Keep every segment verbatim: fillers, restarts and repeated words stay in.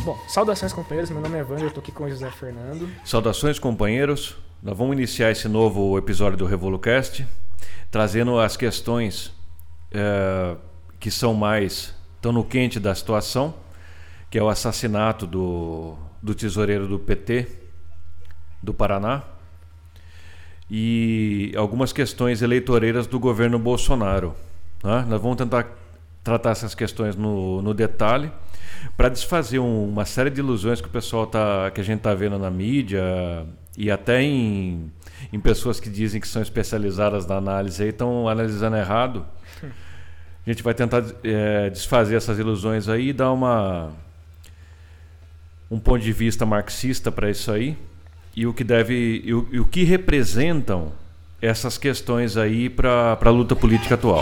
Bom, saudações, companheiros. Meu nome é Wander, eu tô aqui com o José Fernando. Saudações, companheiros. Nós vamos iniciar esse novo episódio do RevoluCast, trazendo as questões é, que são mais, estão no quente da situação, que é o assassinato do, do tesoureiro do P T do Paraná e algumas questões eleitoreiras do governo Bolsonaro. Né? Nós vamos tentar tratar essas questões no, no detalhe para desfazer um, uma série de ilusões que o pessoal tá, que a gente está vendo na mídia e até em, em pessoas que dizem que são especializadas na análise e estão analisando errado. A gente vai tentar é, desfazer essas ilusões aí e dar uma, um ponto de vista marxista para isso aí e o que deve e o, e o que representam essas questões aí para a luta política atual.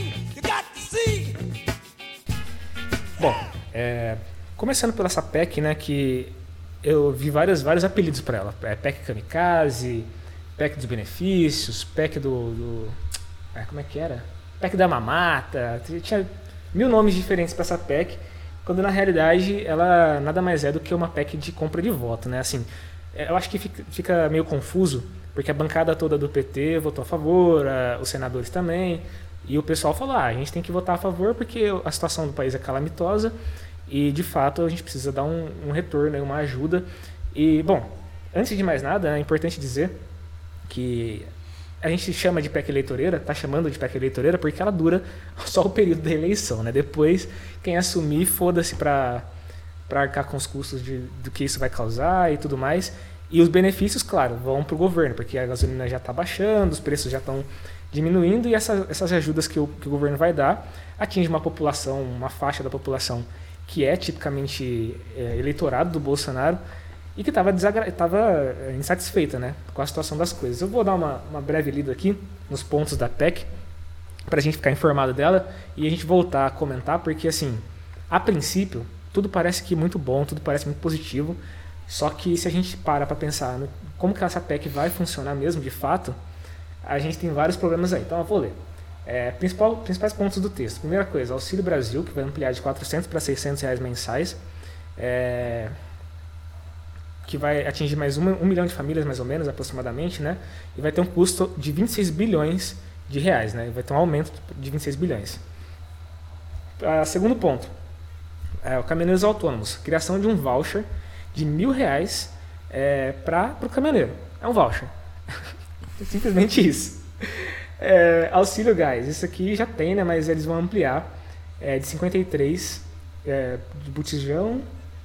Bom, é, começando pela essa P E C, né, que eu vi vários, vários apelidos para ela. É P E C Kamikaze, P E C dos benefícios, P E C do... do é, como é que era? P E C da mamata. Tinha mil nomes diferentes para essa P E C, quando na realidade ela nada mais é do que uma P E C de compra de voto, né? Assim, eu acho que fica, fica meio confuso, porque a bancada toda do P T votou a favor, a, os senadores também... E o pessoal falou, ah, a gente tem que votar a favor porque a situação do país é calamitosa e, de fato, a gente precisa dar um, um retorno, uma ajuda. E, bom, antes de mais nada, é importante dizer que a gente chama de P E C eleitoreira, está chamando de P E C eleitoreira porque ela dura só o período da eleição, né? Depois, quem assumir, foda-se para arcar com os custos de, do que isso vai causar e tudo mais. E os benefícios, claro, vão para o governo, porque a gasolina já está baixando, os preços já estão diminuindo e essa, essas ajudas que o, que o governo vai dar atinge uma população, uma faixa da população que é tipicamente é, eleitorado do Bolsonaro e que estava desagra- insatisfeita, né, com a situação das coisas. Eu vou dar uma, uma breve lida aqui nos pontos da P E C para a gente ficar informado dela e a gente voltar a comentar, porque assim, a princípio, tudo parece que muito bom, tudo parece muito positivo, só que se a gente para para pensar no, como que essa P E C vai funcionar mesmo de fato, a gente tem vários problemas aí, então eu vou ler. É, principal, principais pontos do texto. Primeira coisa, Auxílio Brasil, que vai ampliar de quatrocentos para seiscentos reais mensais, é, que vai atingir mais um, um milhão de famílias, mais ou menos, aproximadamente, né? E vai ter um custo de vinte e seis bilhões de reais, né? Vai ter um aumento de vinte e seis bilhões. Ah, segundo ponto, é, o caminhoneiros autônomos, criação de um voucher de mil reais é, para o caminhoneiro. É um voucher. Simplesmente isso. É, auxílio gás, isso aqui já tem, né, mas eles vão ampliar é, de cinquenta e três é, de botijão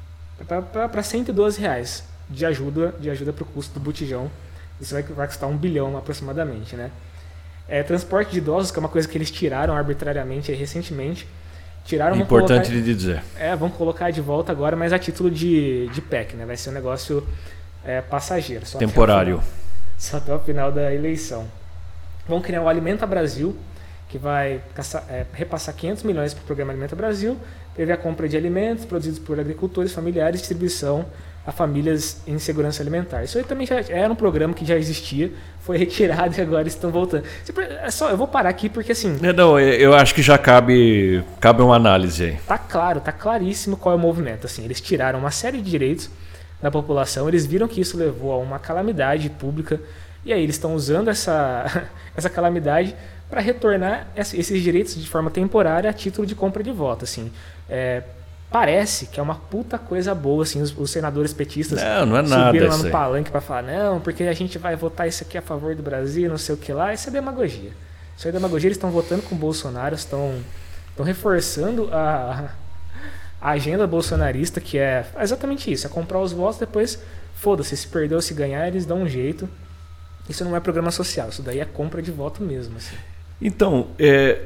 para cento e doze reais de ajuda de ajuda para o custo do botijão. Isso vai, vai custar um bilhão aproximadamente, né? É, transporte de idosos, que é uma coisa que eles tiraram arbitrariamente aí, recentemente. Tiraram, Importante colocar, de dizer. É, vão colocar de volta agora, mas a título de, de P E C, né? Vai ser um negócio é, passageiro. Só temporário. Só até o final da eleição. Vão criar o Alimenta Brasil, que vai caçar, é, repassar quinhentos milhões para o programa Alimenta Brasil, prevê a compra de alimentos produzidos por agricultores familiares e distribuição a famílias em segurança alimentar. Isso aí também já era um programa que já existia, foi retirado e agora estão voltando. É só, eu vou parar aqui porque assim... Não, eu acho que já cabe, cabe uma análise aí. Tá claro, tá claríssimo qual é o movimento. Assim, eles tiraram uma série de direitos da população, eles viram que isso levou a uma calamidade pública e aí eles estão usando essa, essa calamidade para retornar esses direitos de forma temporária a título de compra de voto. Assim. É, parece que é uma puta coisa boa, assim, os, os senadores petistas não, não é nada, subiram lá no palanque para falar, não, porque a gente vai votar isso aqui a favor do Brasil, não sei o que lá, isso é demagogia. Isso é demagogia, eles estão votando com o Bolsonaro, estão, estão reforçando a... a agenda bolsonarista, que é exatamente isso, é comprar os votos, depois, foda-se, se perder ou se ganhar, eles dão um jeito. Isso não é programa social, isso daí é compra de voto mesmo. Assim. Então, é,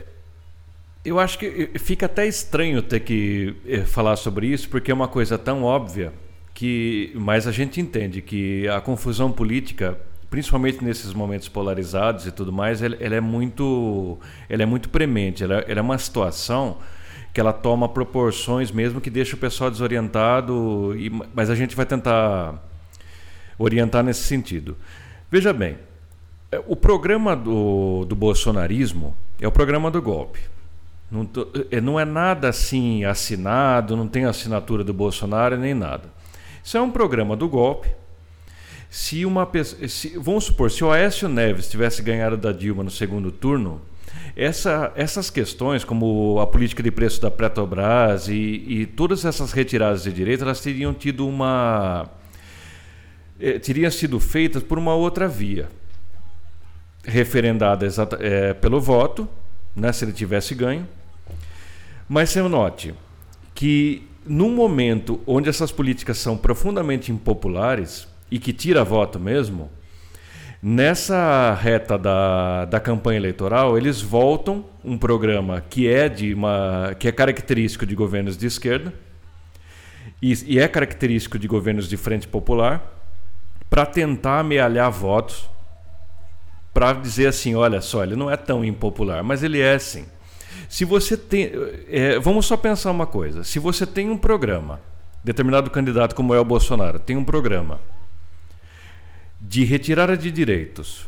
eu acho que fica até estranho ter que é, falar sobre isso, porque é uma coisa tão óbvia, que, mas a gente entende que a confusão política, principalmente nesses momentos polarizados e tudo mais, ela, ela, é, muito, ela é muito premente, ela, ela é uma situação que ela toma proporções mesmo que deixa o pessoal desorientado, e, mas a gente vai tentar orientar nesse sentido. Veja bem, o programa do, do bolsonarismo é o programa do golpe. Não, tô, não é nada assim assinado, não tem assinatura do Bolsonaro nem nada. Isso é um programa do golpe. Se uma pessoa, se, vamos supor, se o Aécio Neves tivesse ganhado da Dilma no segundo turno, essa, essas questões, como a política de preço da Petrobras e, e todas essas retiradas de direito, elas teriam tido uma, eh, teriam sido feitas por uma outra via, referendada exata, eh, pelo voto, né, se ele tivesse ganho. Mas você note que no momento onde essas políticas são profundamente impopulares e que tira voto mesmo, nessa reta da, da campanha eleitoral, eles voltam um programa que é, de uma, que é característico de governos de esquerda e, e é característico de governos de frente popular, para tentar amealhar votos, para dizer assim, olha só, ele não é tão impopular, mas ele é sim. Se você tem, é, vamos só pensar uma coisa, se você tem um programa, determinado candidato como é o Bolsonaro, tem um programa de retirada de direitos,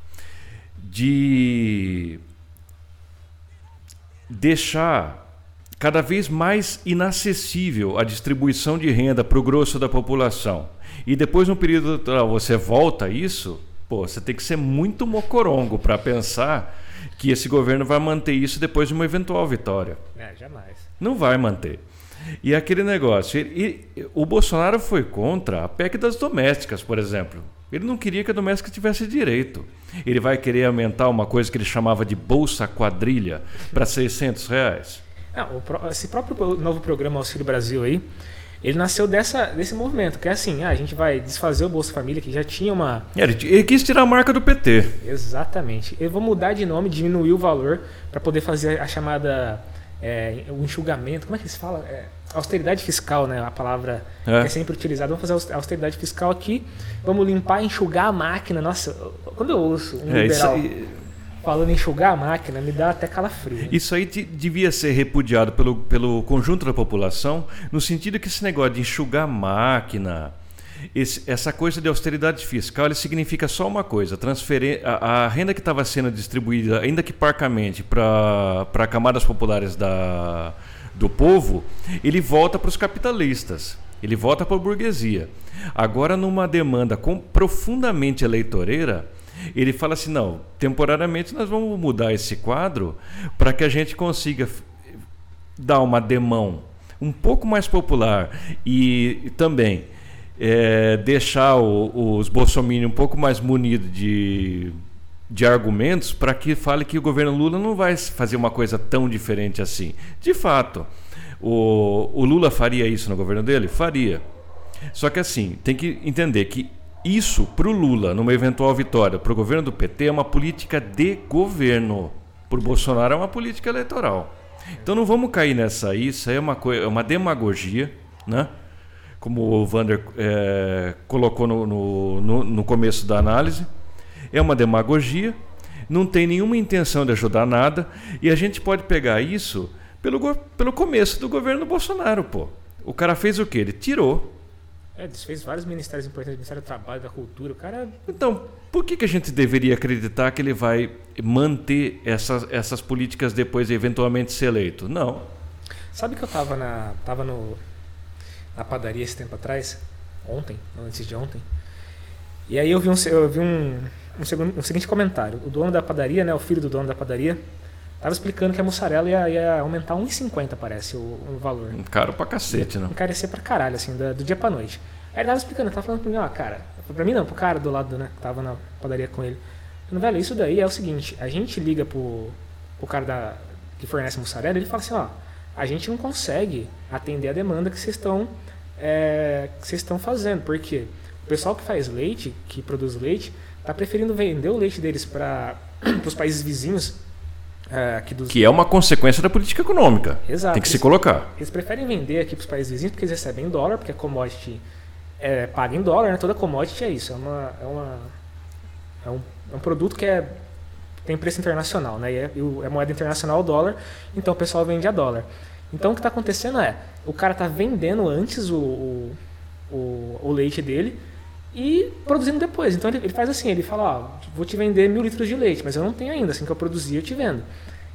de deixar cada vez mais inacessível a distribuição de renda para o grosso da população, e depois no período eleitoral você volta a isso, pô, você tem que ser muito mocorongo para pensar que esse governo vai manter isso depois de uma eventual vitória. É, jamais. Não vai manter. E aquele negócio, ele, ele, o Bolsonaro foi contra a P E C das domésticas, por exemplo. Ele não queria que a doméstica tivesse direito. Ele vai querer aumentar uma coisa que ele chamava de Bolsa Quadrilha para seiscentos reais. Não, o, esse próprio novo programa Auxílio Brasil aí, ele nasceu dessa, desse movimento, que é assim, ah, a gente vai desfazer o Bolsa Família, que já tinha uma... Ele, ele quis tirar a marca do P T. Exatamente. Eu vou mudar de nome, diminuir o valor para poder fazer a chamada... É, o enxugamento, como é que se fala? É, austeridade fiscal, né? A palavra é. que é sempre utilizada. Vamos fazer a austeridade fiscal aqui, vamos limpar, enxugar a máquina. Nossa, quando eu ouço um é, liberal aí... falando em enxugar a máquina, me dá até calafrio. Né? Isso aí devia ser repudiado pelo, pelo conjunto da população, no sentido que esse negócio de enxugar a máquina, esse, essa coisa de austeridade fiscal, ele significa só uma coisa, transferir a, a renda que estava sendo distribuída, ainda que parcamente, para camadas populares da, do povo, ele volta para os capitalistas, ele volta para a burguesia. Agora, numa demanda com, profundamente eleitoreira, ele fala assim, não, temporariamente nós vamos mudar esse quadro para que a gente consiga dar uma demão um pouco mais popular e, e também é, deixar o, os bolsominions um pouco mais munidos de, de argumentos para que fale que o governo Lula não vai fazer uma coisa tão diferente assim. De fato, o, o Lula faria isso no governo dele? Faria. Só que assim, tem que entender que isso, para o Lula, numa eventual vitória, para o governo do P T, é uma política de governo. Para o Bolsonaro é uma política eleitoral. Então não vamos cair nessa aí, isso aí é uma, coisa, é uma demagogia, né? Como o Wander é, colocou no, no, no, no começo da análise. É uma demagogia, não tem nenhuma intenção de ajudar nada, e a gente pode pegar isso pelo, pelo começo do governo Bolsonaro, pô. O cara fez o quê? Ele tirou. É, desfez vários ministérios importantes, Ministério do Trabalho, da Cultura, o cara... Então, por que, que a gente deveria acreditar que ele vai manter essas, essas políticas depois de eventualmente ser eleito? Não. Sabe que eu tava, na, tava no, na padaria esse tempo atrás, ontem, antes de ontem, e aí eu vi um, eu vi um, um, segundo, um seguinte comentário. O dono da padaria, né, o filho do dono da padaria, tava explicando que a mussarela ia, ia aumentar um real e cinquenta centavos, parece, o, o valor. Caro pra cacete, né? Encarecer pra caralho, assim, do, do dia pra noite. Aí ele tava explicando, ele tava falando pra mim, ó, cara, pra mim não, pro cara do lado, né, que tava na padaria com ele. Falando, velho, isso daí é o seguinte, a gente liga pro, pro cara da, que fornece mussarela, ele fala assim, ó, a gente não consegue atender a demanda que vocês estão é, que vocês estão fazendo, porque o pessoal que faz leite, que produz leite, tá preferindo vender o leite deles para os países vizinhos. É, aqui dos... Que é uma consequência da política econômica. Exato. Tem que eles, se colocar. Eles preferem vender aqui para os países vizinhos porque eles recebem em dólar, porque a commodity é paga em dólar, né? Toda commodity é isso. É, uma, é, uma, é, um, é um produto que é, tem preço internacional, né? E é, é moeda internacional o dólar, então o pessoal vende a dólar. Então o que está acontecendo é, o cara está vendendo antes o, o, o, o leite dele e produzindo depois. Então ele, ele faz assim, ele fala, ó, vou te vender mil litros de leite, mas eu não tenho ainda, assim que eu produzir eu te vendo.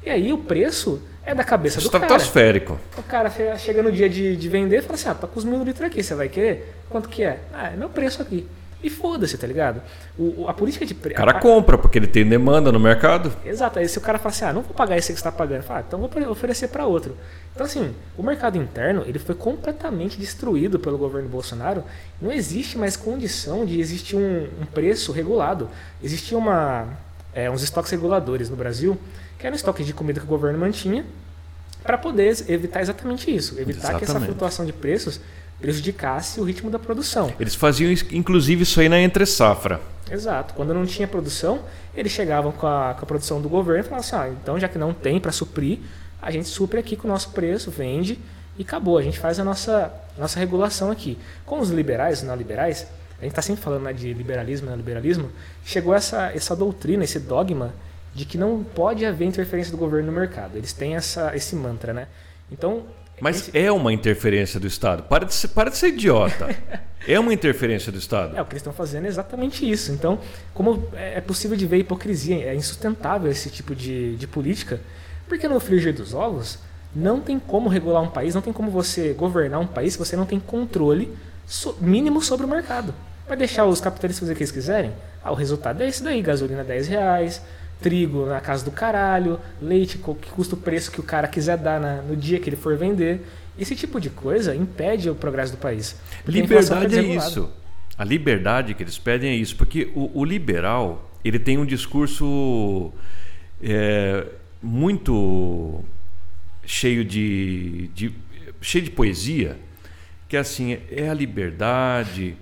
E aí o preço é da cabeça do cara. Estratosférico. O cara chega no dia de, de vender e fala assim, ah, tá com os mil litros aqui, você vai querer? Quanto que é? Ah, é meu preço aqui. E foda-se, tá ligado? O, a política de preço... O cara compra, porque ele tem demanda no mercado. Exato. Aí se o cara fala assim, ah, não vou pagar esse que você está pagando, fala, ah, então vou oferecer para outro. Então assim, o mercado interno ele foi completamente destruído pelo governo Bolsonaro. Não existe mais condição de existir um, um preço regulado. Existia uma, é, uns estoques reguladores no Brasil, que eram estoques de comida que o governo mantinha, para poder evitar exatamente isso. Evitar exatamente. que essa flutuação de preços prejudicasse o ritmo da produção. Eles faziam, inclusive, isso aí na entre-safra. Exato. Quando não tinha produção, eles chegavam com a, com a produção do governo e falavam assim, ah, então já que não tem para suprir, a gente supre aqui com o nosso preço, vende e acabou. A gente faz a nossa, nossa regulação aqui. Com os liberais, neoliberais, a gente está sempre falando, né, de liberalismo e neoliberalismo, chegou essa, essa doutrina, esse dogma de que não pode haver interferência do governo no mercado. Eles têm essa, esse mantra, né? Então... Mas esse... é uma interferência do Estado. Para de ser, para de ser idiota. É uma interferência do Estado. É, o que eles estão fazendo é exatamente isso. Então, como é possível de ver hipocrisia, é insustentável esse tipo de, de política, porque no frigir dos ovos não tem como regular um país, não tem como você governar um país se você não tem controle so, mínimo sobre o mercado. Vai deixar os capitalistas fazer o que eles quiserem? Ah, o resultado é esse daí, gasolina dez reais, trigo na casa do caralho, leite que custa o preço que o cara quiser dar na, no dia que ele for vender. Esse tipo de coisa impede o progresso do país. Liberdade é isso. A liberdade que eles pedem é isso. Porque o, o liberal ele tem um discurso é, muito cheio de, de, cheio de poesia, que é assim, é a liberdade...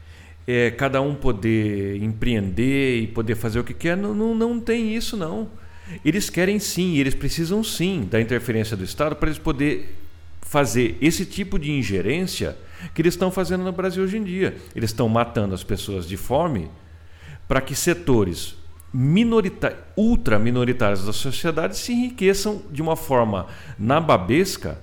É, cada um poder empreender e poder fazer o que quer, não, não, não tem isso não. Eles querem sim, eles precisam sim da interferência do Estado para eles poderem fazer esse tipo de ingerência que eles estão fazendo no Brasil hoje em dia. Eles estão matando as pessoas de fome para que setores minoritários, ultra minoritários da sociedade se enriqueçam de uma forma nababesca.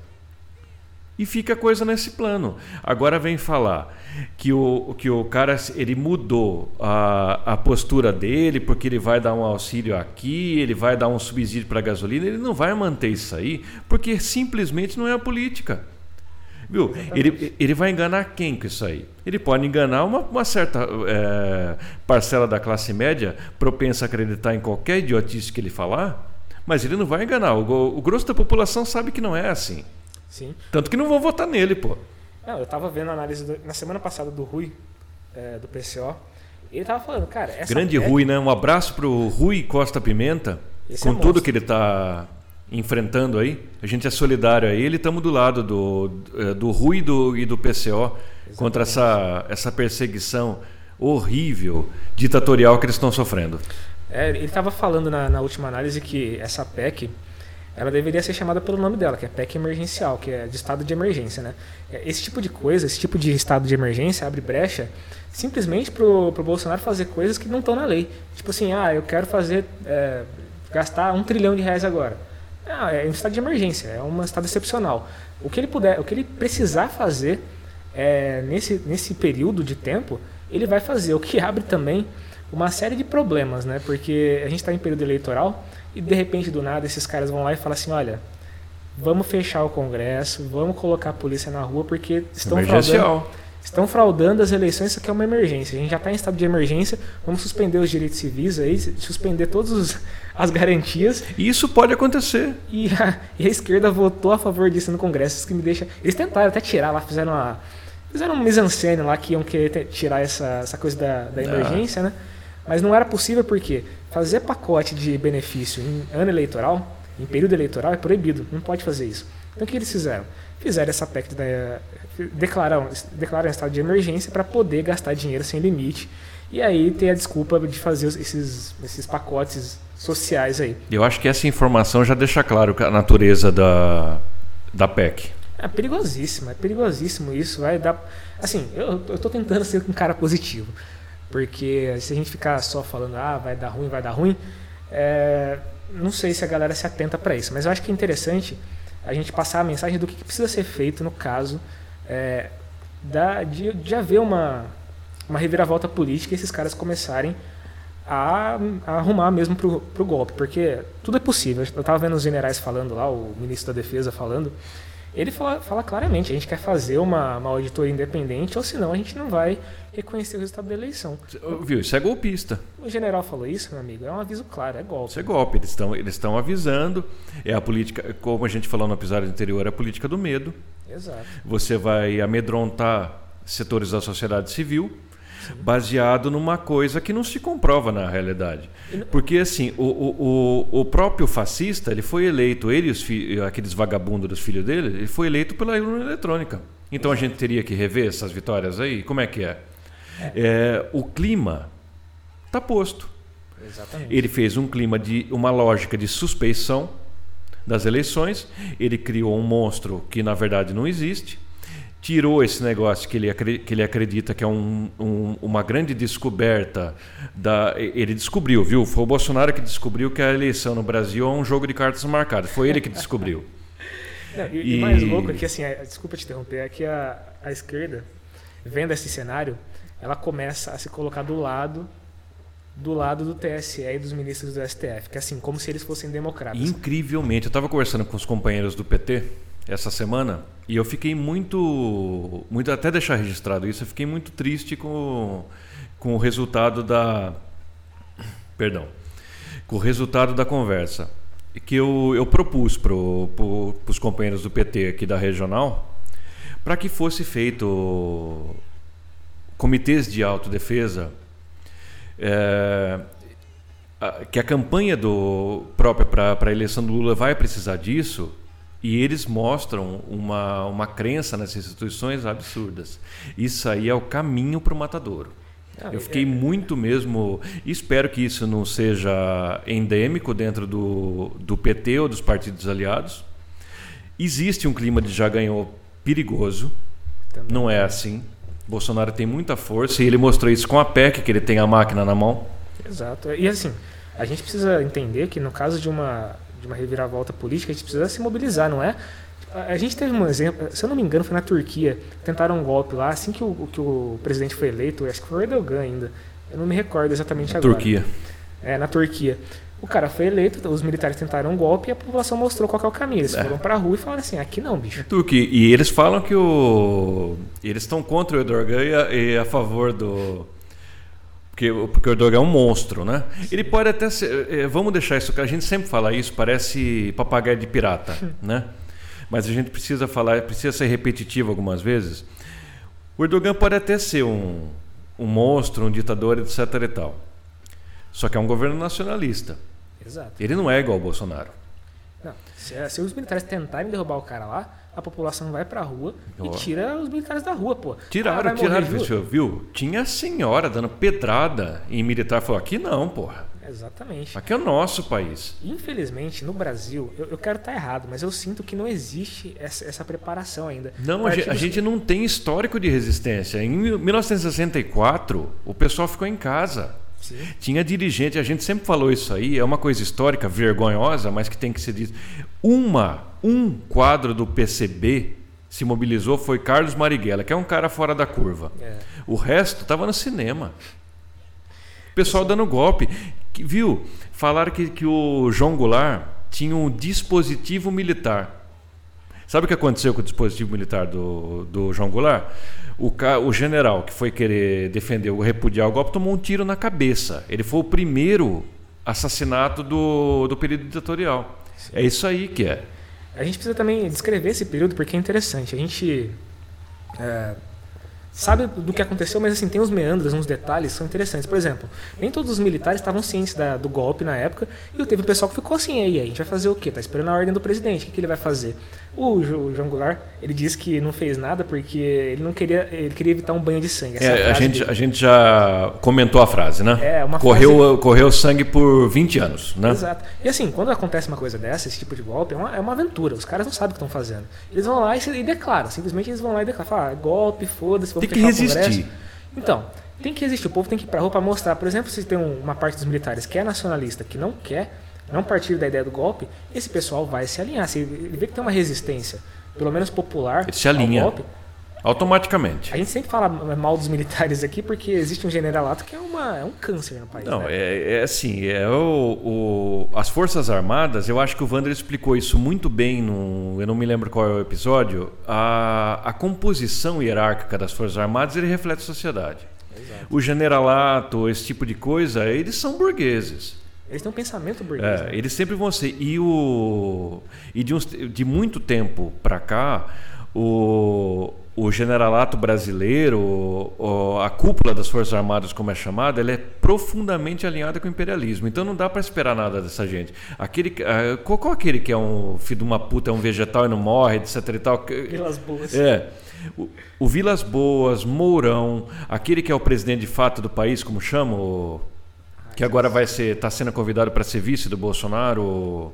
E fica a coisa nesse plano. Agora vem falar que o, que o cara ele mudou a, a postura dele porque ele vai dar um auxílio aqui, ele vai dar um subsídio para a gasolina. Ele não vai manter isso aí porque simplesmente não é a política. Viu? Ele, ele vai enganar quem com isso aí? Ele pode enganar uma, uma certa é, parcela da classe média propensa a acreditar em qualquer idiotice que ele falar, mas ele não vai enganar. O, o grosso da população sabe que não é assim. Sim. Tanto que não vão votar nele, pô. Não, eu tava vendo a análise do, na semana passada do Rui, é, do P C O. Ele tava falando, cara... Essa Grande P E C, Rui, né? Um abraço pro Rui Costa Pimenta. Com é tudo que ele tá enfrentando aí. A gente é solidário a ele. Estamos do lado do, do Rui do, e do P C O. Exatamente. Contra essa, essa perseguição horrível, ditatorial que eles estão sofrendo. É, ele tava falando na, na última análise que essa P E C... ela deveria ser chamada pelo nome dela, que é P E C emergencial, que é de estado de emergência, né? Esse tipo de coisa, esse tipo de estado de emergência abre brecha simplesmente pro, pro Bolsonaro fazer coisas que não estão na lei. Tipo assim, ah, eu quero fazer, é, gastar um trilhão de reais agora. Ah, é um estado de emergência, é um estado excepcional. O que ele puder, o que ele precisar fazer é, nesse, nesse período de tempo, ele vai fazer. O que abre também uma série de problemas, né? Porque a gente está em período eleitoral e de repente do nada esses caras vão lá e falam assim, olha, vamos fechar o Congresso, vamos colocar a polícia na rua porque estão fraudando, estão fraudando as eleições, isso aqui é uma emergência, a gente já está em estado de emergência, vamos suspender os direitos civis aí, suspender todas as garantias. E isso pode acontecer. E a, e a esquerda votou a favor disso no Congresso, isso que me deixa... Eles tentaram até tirar lá, fizeram uma... Fizeram um mise-en-scène lá que iam querer tirar essa, essa coisa da, da emergência, ah. né? Mas não era possível porque fazer pacote de benefício em ano eleitoral, em período eleitoral, é proibido. Não pode fazer isso. Então o que eles fizeram? Fizeram essa P E C, da, declararam, declararam estado de emergência para poder gastar dinheiro sem limite. E aí ter a desculpa de fazer esses, esses pacotes sociais aí. Eu acho que essa informação já deixa claro a natureza da, da P E C. É perigosíssimo, é perigosíssimo isso. Vai dar, assim, eu estou tentando ser um cara positivo. Porque se a gente ficar só falando, ah, vai dar ruim, vai dar ruim, é, não sei se a galera se atenta para isso. Mas eu acho que é interessante a gente passar a mensagem do que precisa ser feito no caso é, da, de, de haver uma, uma reviravolta política e esses caras começarem a, a arrumar mesmo pro, pro golpe, porque tudo é possível. Eu estava vendo os generais falando lá, o ministro da Defesa falando, ele fala, fala claramente, a gente quer fazer uma, uma auditoria independente, ou senão a gente não vai reconhecer o resultado da eleição. Viu? Isso é golpista. O general falou isso, meu amigo, é um aviso claro, é golpe. Isso é golpe, eles estão eles estão avisando, é a política, como a gente falou no episódio anterior, é a política do medo. Exato. Você vai amedrontar setores da sociedade civil, sim, baseado numa coisa que não se comprova na realidade. Porque assim, o, o, o próprio fascista, ele foi eleito, ele e os fi, aqueles vagabundos dos filhos dele, ele foi eleito pela urna eletrônica. Então a gente teria que rever essas vitórias aí? Como é que é? É. É, o clima está posto. Exatamente. Ele fez um clima de uma lógica de suspeição das eleições, ele criou um monstro que na verdade não existe, tirou esse negócio que ele, que ele acredita que é um, um, uma grande descoberta. Da, ele descobriu, viu? Foi o Bolsonaro que descobriu que a eleição no Brasil é um jogo de cartas marcadas. Foi ele que descobriu. Não, e, e... e mais louco é que, assim, a, desculpa te interromper, é que a, a esquerda, vendo esse cenário, ela começa a se colocar do lado do lado do T S E e dos ministros do S T F, que é assim, como se eles fossem democratas. Incrivelmente. Eu estava conversando com os companheiros do P T essa semana e eu fiquei muito, muito, até deixar registrado isso, eu fiquei muito triste com, com o resultado da, perdão, com o resultado da conversa que eu, eu propus para pro, os companheiros do P T aqui da regional, para que fosse feito comitês de autodefesa, é, a, que a campanha do, própria para a eleição do Lula vai precisar disso. E eles mostram uma, uma crença nas instituições absurdas. Isso aí é o caminho para o matadouro. Ah, Eu fiquei é... muito mesmo... Espero que isso não seja endêmico dentro do, do P T ou dos partidos aliados. Existe um clima de já ganhou perigoso. Também. Não é assim. Bolsonaro tem muita força e ele mostrou isso com a P E C, que ele tem a máquina na mão. Exato. E assim, a gente precisa entender que no caso de uma... de uma reviravolta política, a gente precisa se mobilizar, não é? A gente teve um exemplo, se eu não me engano, foi na Turquia, tentaram um golpe lá, assim que o, que o presidente foi eleito, acho que foi o Erdogan ainda, eu não me recordo exatamente na agora. Turquia. É, na Turquia. O cara foi eleito, os militares tentaram um golpe e a população mostrou qual que é o caminho. Eles é. foram pra rua e falaram assim, aqui não, bicho. Turquia. E eles falam que o... eles estão contra o Erdogan e a, e a favor do... Porque, porque o Erdogan é um monstro, né? Sim. Ele pode até ser... Vamos deixar isso... A gente sempre fala isso, parece papagaio de pirata, né? Mas a gente precisa falar, precisa ser repetitivo algumas vezes. O Erdogan pode até ser um, um monstro, um ditador, etc e tal. Só que é um governo nacionalista. Exato. Ele não é igual ao Bolsonaro. Não. Se, se os militares tentarem derrubar o cara lá, a população vai pra rua oh. e tira os militares da rua, pô. Tiraram, ah, tiraram, morrer, viu? viu? Tinha senhora dando pedrada em militar. Falou, aqui não, porra. Exatamente. Aqui é o nosso país. Infelizmente, no Brasil, eu, eu quero estar errado, mas eu sinto que não existe essa, essa preparação ainda. Não, a gente, a gente não tem histórico de resistência. Em mil novecentos e sessenta e quatro, o pessoal ficou em casa. Sim. Tinha dirigente, a gente sempre falou isso aí, é uma coisa histórica, vergonhosa, mas que tem que ser dito. Uma, um quadro do P C B se mobilizou, foi Carlos Marighella, que é um cara fora da curva. É. O resto estava no cinema. O pessoal dando golpe. Que, viu? Falaram que, que o João Goulart tinha um dispositivo militar. Sabe o que aconteceu com o dispositivo militar do, do João Goulart? O, o general que foi querer defender, repudiar o golpe, tomou um tiro na cabeça. Ele foi o primeiro assassinato do, do período ditatorial. Sim. É isso aí que é. A gente precisa também descrever esse período porque é interessante. A gente é, sabe do que aconteceu, mas assim, tem uns meandros, uns detalhes que são interessantes. Por exemplo, nem todos os militares estavam cientes da, do golpe na época e teve o pessoal que ficou assim, aí, aí a gente vai fazer o quê? Tá esperando a ordem do presidente, o que, que ele vai fazer? O, o João Goulart, ele disse que não fez nada porque ele não queria, ele queria evitar um banho de sangue. Essa é, é a, gente, a gente já comentou a frase, né? É, uma correu, frase... correu sangue por vinte anos, né? Exato. E assim, quando acontece uma coisa dessa, esse tipo de golpe, é uma, é uma aventura. Os caras não sabem o que estão fazendo. Eles vão lá e, e declaram. Simplesmente eles vão lá e declaram. Falam, ah, golpe, foda-se, vamos fechar o Congresso. Tem que resistir. Então, tem que resistir. O povo tem que ir pra rua pra mostrar. Por exemplo, se tem uma parte dos militares que é nacionalista, que não quer, não partir da ideia do golpe, esse pessoal vai se alinhar. Se ele vê que tem uma resistência, pelo menos popular, ele se alinha. ao golpe, Automaticamente. A gente sempre fala mal dos militares aqui porque existe um generalato que é, uma, é um câncer no país. Não, né? é, é assim, é o, o, as Forças Armadas, eu acho que o Wander explicou isso muito bem, no, eu não me lembro qual é o episódio, a, a composição hierárquica das Forças Armadas, ele reflete a sociedade. Exato. O generalato, esse tipo de coisa, eles são burgueses. Eles têm um pensamento burguês. É, né? Eles sempre vão ser. E, o, e de, uns, de muito tempo para cá, o, o generalato brasileiro, o, a cúpula das Forças Armadas, como é chamada, ela é profundamente alinhada com o imperialismo. Então não dá para esperar nada dessa gente. Aquele, qual, qual aquele que é um filho de uma puta, é um vegetal e não morre, etc e tal? Vilas Boas. É. O, o Vilas Boas, Mourão, aquele que é o presidente de fato do país, como chama? O, que agora vai ser, está sendo convidado para ser vice do Bolsonaro,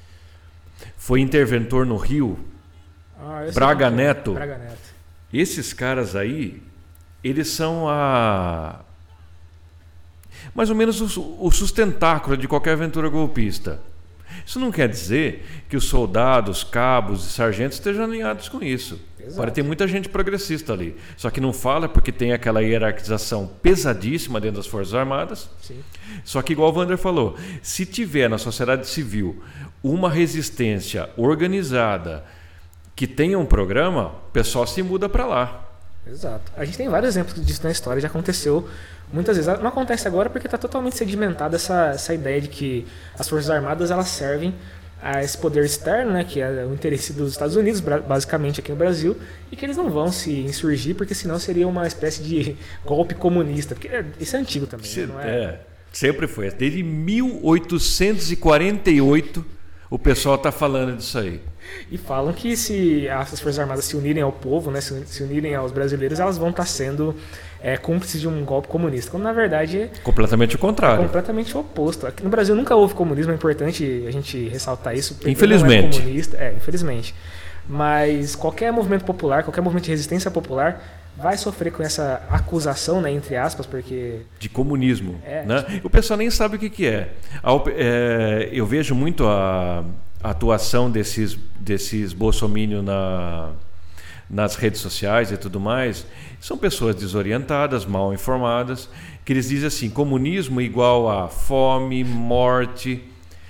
foi interventor no Rio, ah, Braga Neto. Braga Neto. Esses caras aí, eles são a mais ou menos o, o sustentáculo de qualquer aventura golpista. Isso não quer dizer que os soldados, cabos e sargentos estejam alinhados com isso. Exato. Pode ter muita gente progressista ali. Só que não fala porque tem aquela hierarquização pesadíssima dentro das Forças Armadas. Sim. Só que, igual o Wander falou, se tiver na sociedade civil uma resistência organizada que tenha um programa, o pessoal se muda para lá. Exato. A gente tem vários exemplos disso na história, já aconteceu muitas vezes. Não acontece agora porque está totalmente sedimentada essa, essa ideia de que as Forças Armadas elas servem a esse poder externo, né, que é o interesse dos Estados Unidos, basicamente aqui no Brasil, e que eles não vão se insurgir, porque senão seria uma espécie de golpe comunista. Porque isso é antigo também, Se, né? Não é... é, sempre foi. Desde mil oitocentos e quarenta e oito o pessoal está falando disso aí. E falam que se as Forças Armadas se unirem ao povo, né, se unirem aos brasileiros, elas vão estar sendo é, cúmplices de um golpe comunista. Quando na verdade é completamente o contrário. Completamente o oposto. Aqui no Brasil nunca houve comunismo, é importante a gente ressaltar isso. Infelizmente. Não é comunista, é, infelizmente. Mas qualquer movimento popular, qualquer movimento de resistência popular vai sofrer com essa acusação, né, entre aspas, porque... De comunismo. É, né? O pessoal nem sabe o que, que é. é. Eu vejo muito a, a atuação desses, desses bolsominions na, nas redes sociais e tudo mais. São pessoas desorientadas, mal informadas, que eles dizem assim, comunismo igual a fome, morte...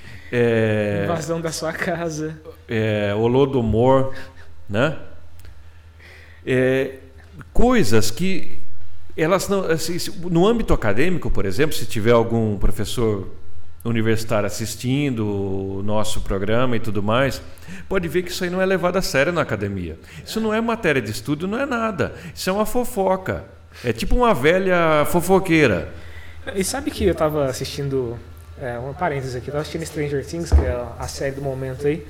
É, invasão da sua casa. É, holodomor, né? É, coisas que elas não, assim, no âmbito acadêmico, por exemplo, se tiver algum professor universitário assistindo o nosso programa e tudo mais, pode ver que isso aí não é levado a sério na academia. Isso não é matéria de estudo, não é nada. Isso é uma fofoca. É tipo uma velha fofoqueira. E sabe que eu estava assistindo, é, uma parênteses aqui, eu estava assistindo Stranger Things, que é a série do momento aí.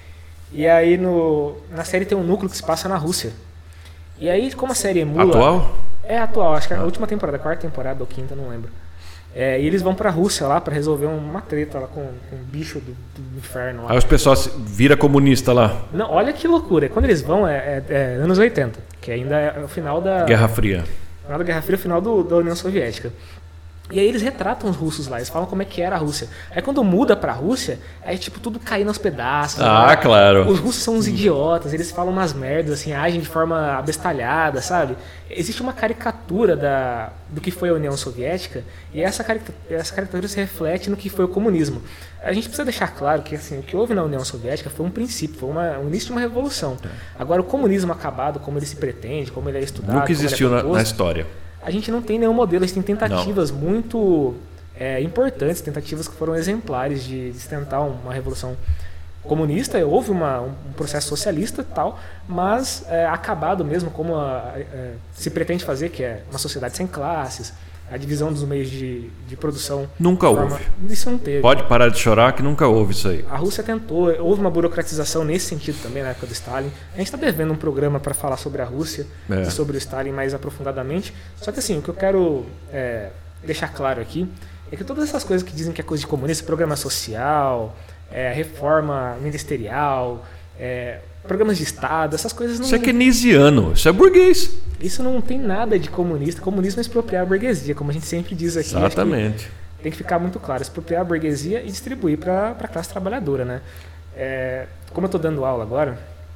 E aí no, na série tem um núcleo que se passa na Rússia. E aí, como a série emula... Atual? É atual, acho que é a última temporada, a quarta temporada ou quinta, não lembro. É, e eles vão pra Rússia lá pra resolver uma treta lá com, com um bicho do, do inferno lá. Aí os pessoal vira comunista lá. Não, olha que loucura. Quando eles vão é, é, é anos oitenta, que ainda é o final da... Guerra Fria. Final da Guerra Fria, final do, da União Soviética. E aí eles retratam os russos lá, eles falam como é que era a Rússia. Aí quando muda pra Rússia, aí tipo tudo caindo aos pedaços. Ah, né? Claro. Os russos são uns idiotas, eles falam umas merdas, assim, agem de forma abestalhada, sabe? Existe uma caricatura da, do que foi a União Soviética, e essa caricatura, essa caricatura se reflete no que foi o comunismo. A gente precisa deixar claro que assim, o que houve na União Soviética foi um princípio, foi uma, um início de uma revolução. Agora o comunismo acabado, como ele se pretende, como ele é estudado... Nunca existiu é na, na história. A gente não tem nenhum modelo, a gente tem tentativas não. muito é, importantes, tentativas que foram exemplares de, de tentar uma revolução comunista. Houve uma, um processo socialista e tal, mas é, acabado mesmo como a, a, se pretende fazer, que é uma sociedade sem classes, a divisão dos meios de, de produção. Nunca forma, houve. Isso não teve. Pode parar de chorar que nunca houve isso aí. A Rússia tentou, houve uma burocratização nesse sentido também na época do Stalin. A gente está devendo um programa para falar sobre a Rússia é. e sobre o Stalin mais aprofundadamente. Só que assim, o que eu quero é, deixar claro aqui é que todas essas coisas que dizem que é coisa de comunista, programa social, é, reforma ministerial, é, programas de Estado, essas coisas não... Isso é keynesiano, isso é burguês. Isso não tem nada de comunista. Comunismo é expropriar a burguesia, como a gente sempre diz aqui. Exatamente. Que tem que ficar muito claro, expropriar a burguesia e distribuir para a classe trabalhadora, né? É, como eu estou dando aula agora,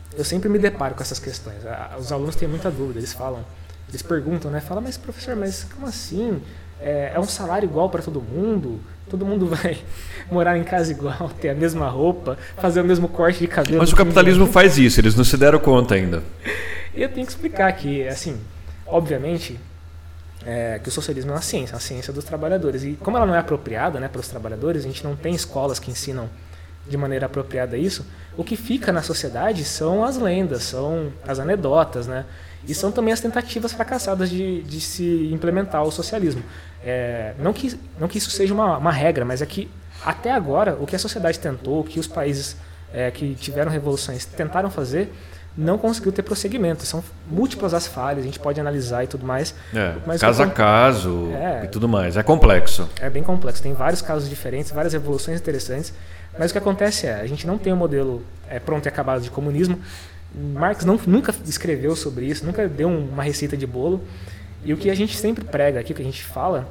eu sempre me deparo com essas questões. Os alunos têm muita dúvida, eles falam, eles perguntam, né? Falam, mas professor, mas como assim? É, é um salário igual para todo mundo? Todo mundo vai morar em casa igual, ter a mesma roupa, fazer o mesmo corte de cabelo? Mas o capitalismo faz isso, eles não se deram conta ainda. Eu tenho que explicar que, assim, obviamente, é, que o socialismo é uma ciência, uma ciência dos trabalhadores. E como ela não é apropriada, né, para os trabalhadores, a gente não tem escolas que ensinam de maneira apropriada isso, o que fica na sociedade são as lendas, são as anedotas, né? E são também as tentativas fracassadas de, de se implementar o socialismo. É, não, que, não que isso seja uma, uma regra, mas é que até agora o que a sociedade tentou, o que os países é, que tiveram revoluções tentaram fazer, não conseguiu ter prosseguimento. São múltiplas as falhas, a gente pode analisar e tudo mais. É, mas caso a caso é, e tudo mais. É complexo. É bem complexo. Tem vários casos diferentes, várias revoluções interessantes. Mas o que acontece é, a gente não tem um modelo é, pronto e acabado de comunismo. Marx não, nunca escreveu sobre isso, nunca deu uma receita de bolo. E o que a gente sempre prega aqui, o que a gente fala,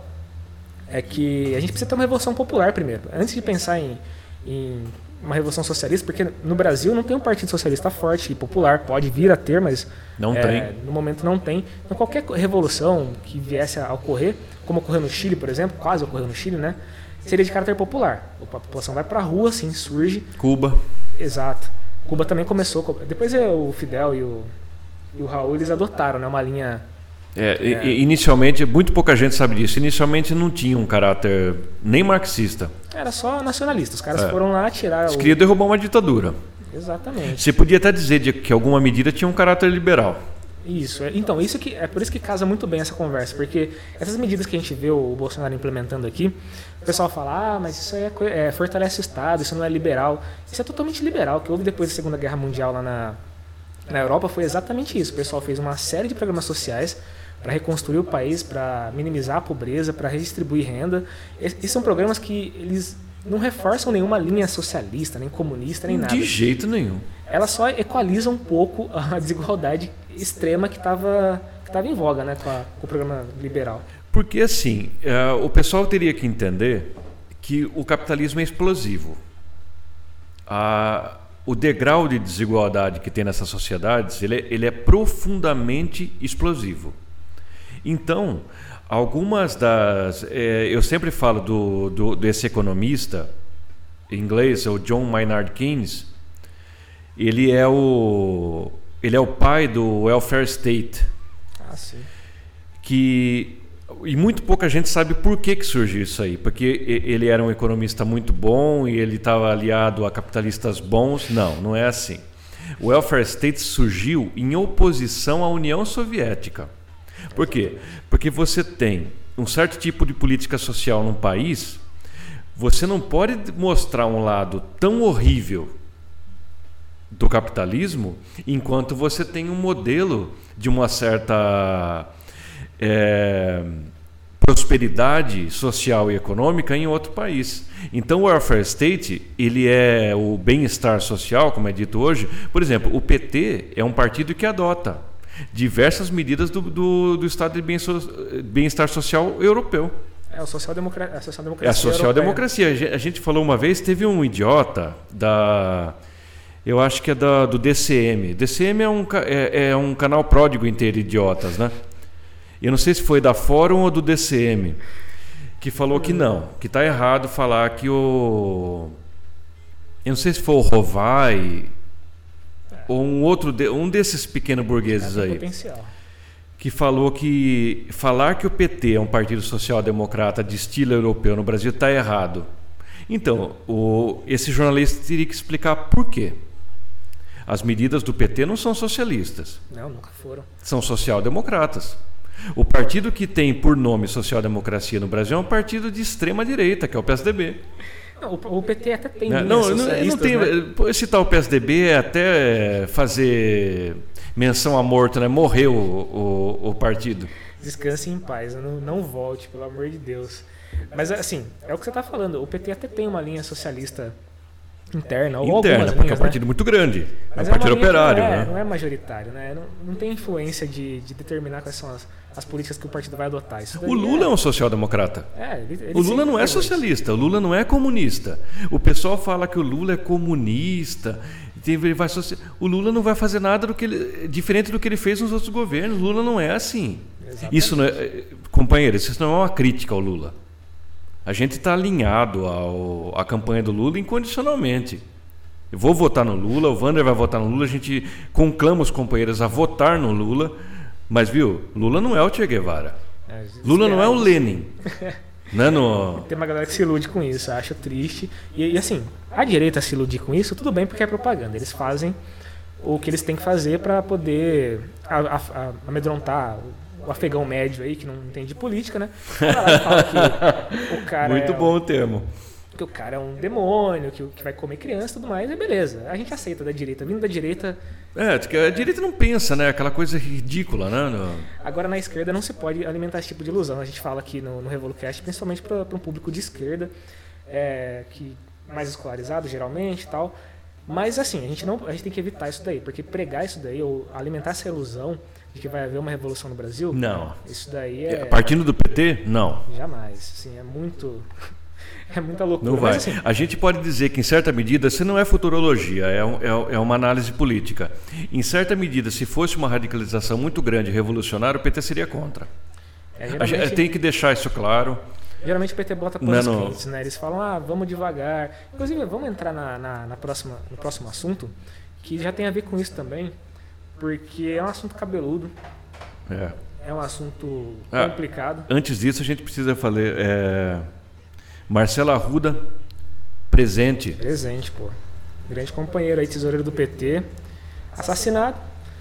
é que a gente precisa ter uma revolução popular primeiro. Antes de pensar em, em uma revolução socialista, porque no Brasil não tem um partido socialista forte e popular, pode vir a ter, mas não é, tem. No momento não tem. Então qualquer revolução que viesse a ocorrer, como ocorreu no Chile, por exemplo, quase ocorreu no Chile, né, seria de caráter popular. A população vai para a rua, assim, surge. Cuba. Exato. Cuba também começou. Depois o Fidel e o, e o Raul, eles adotaram, né, uma linha... É, é... Inicialmente, muito pouca gente sabe disso, inicialmente não tinha um caráter nem marxista. Era só nacionalista, os caras é. foram lá tirar... Eles o... queriam derrubar uma ditadura. Exatamente. Você podia até dizer de que alguma medida tinha um caráter liberal. Isso, então, isso que, é por isso que casa muito bem essa conversa, porque essas medidas que a gente vê o Bolsonaro implementando aqui, o pessoal fala, ah, mas isso aí é, é, fortalece o Estado, isso não é liberal. Isso é totalmente liberal. O que houve depois da Segunda Guerra Mundial lá na, na Europa foi exatamente isso. O pessoal fez uma série de programas sociais para reconstruir o país, para minimizar a pobreza, para redistribuir renda. Esses são programas que eles não reforçam nenhuma linha socialista, nem comunista, nem nada. De jeito nenhum. Elas só equalizam um pouco a desigualdade extrema que estava que estava em voga, né, com, a, com o programa liberal. Porque assim, uh, o pessoal teria que entender que o capitalismo é explosivo. Uh, o degrau de desigualdade que tem nessas sociedades, ele é, ele é profundamente explosivo. Então, algumas das... Eh, eu sempre falo do, do, desse economista inglês, o John Maynard Keynes. Ele é o, ele é o pai do welfare state. Ah, sim. Que, e muito pouca gente sabe por que, que surgiu isso aí. Porque ele era um economista muito bom e ele estava aliado a capitalistas bons. Não, não é assim. O welfare state surgiu em oposição à União Soviética. Por quê? Porque você tem um certo tipo de política social num país, você não pode mostrar um lado tão horrível do capitalismo enquanto você tem um modelo de uma certa é, prosperidade social e econômica em outro país. Então o welfare state, ele é o bem-estar social, como é dito hoje. Por exemplo, o P T é um partido que adota diversas medidas do, do, do estado de bem-estar social europeu. É a social-democracia. A social-democracia. É a social-democracia. A gente falou uma vez, teve um idiota da... Eu acho que é da, do D C M. D C M é um, é, é um canal pródigo inteiro idiotas, né? Eu não sei se foi da Fórum ou do D C M, que falou que não, que está errado falar que o... Eu não sei se foi o Rovai... ou um outro de, um desses pequenos burgueses aí, potencial. Que falou que falar que o P T é um partido social-democrata de estilo europeu no Brasil está errado. Então, o, esse jornalista teria que explicar por quê. As medidas do P T não são socialistas. Não, nunca foram. São social-democratas. O partido que tem por nome social-democracia no Brasil é um partido de extrema-direita, que é o P S D B. Não, o P T até tem não, não, não tem, né? Citar o P S D B é até fazer menção a morto, né? Morreu o, o, o partido. Descanse em paz, não, não volte, pelo amor de Deus. Mas assim, é o que você está falando, o P T até tem uma linha socialista interna, ou interna, algumas porque linhas, é um partido né? muito grande, mas é um partido é operário, não é, né? Não é majoritário, né? Não, não tem influência de, de determinar quais são as, as políticas que o partido vai adotar. Isso o Lula é, é um social-democrata. É, ele, ele o Lula não é socialista, o Lula não é comunista. O pessoal fala que o Lula é comunista, Ele vai, o Lula não vai fazer nada do que ele, diferente do que ele fez nos outros governos. O Lula não é assim. Exatamente. Isso não é, companheiros, isso não é uma crítica ao Lula. A gente está alinhado ao, à campanha do Lula incondicionalmente. Eu vou votar no Lula, o Wander vai votar no Lula, a gente conclama os companheiros a votar no Lula, mas viu, Lula não é o Che Guevara. É, Lula não é o Lenin. Não, no... Tem uma galera que se ilude com isso, acha triste. E, e assim, a direita se iludir com isso, tudo bem porque é propaganda. Eles fazem o que eles têm que fazer para poder a, a, a, amedrontar o afegão médio aí, que não entende política, né? Vai lá e fala que o cara Muito é bom um, o termo. Que o cara é um demônio, que, que vai comer criança e tudo mais, é beleza. A gente aceita da direita. Vindo da direita... É, a direita não pensa, né? Aquela coisa ridícula, né? No... Agora, na esquerda, não se pode alimentar esse tipo de ilusão. A gente fala aqui no, no RevoluCast, principalmente para um público de esquerda, é, que mais escolarizado, geralmente, e tal. Mas, assim, a gente, não, a gente tem que evitar isso daí, porque pregar isso daí, ou alimentar essa ilusão de que vai haver uma revolução no Brasil... Não. Isso daí é... Partindo do P T? Não. Jamais. Assim, é muito... É muita loucura. Não vai. Mas, assim, a gente pode dizer que, em certa medida, isso não é futurologia, é, um, é, é uma análise política. Em certa medida, se fosse uma radicalização muito grande e revolucionária, o P T seria contra. É, a gente tem que deixar isso claro. Geralmente o P T bota panos quentes, né? Eles falam, ah, vamos devagar. Inclusive, vamos entrar na, na, na próxima, no próximo assunto, que já tem a ver com isso também, porque é um assunto cabeludo. É. É um assunto ah, complicado. Antes disso, a gente precisa falar... É... Marcelo Arruda, presente. Presente, pô. Grande companheiro aí, tesoureiro do P T. Assassinado.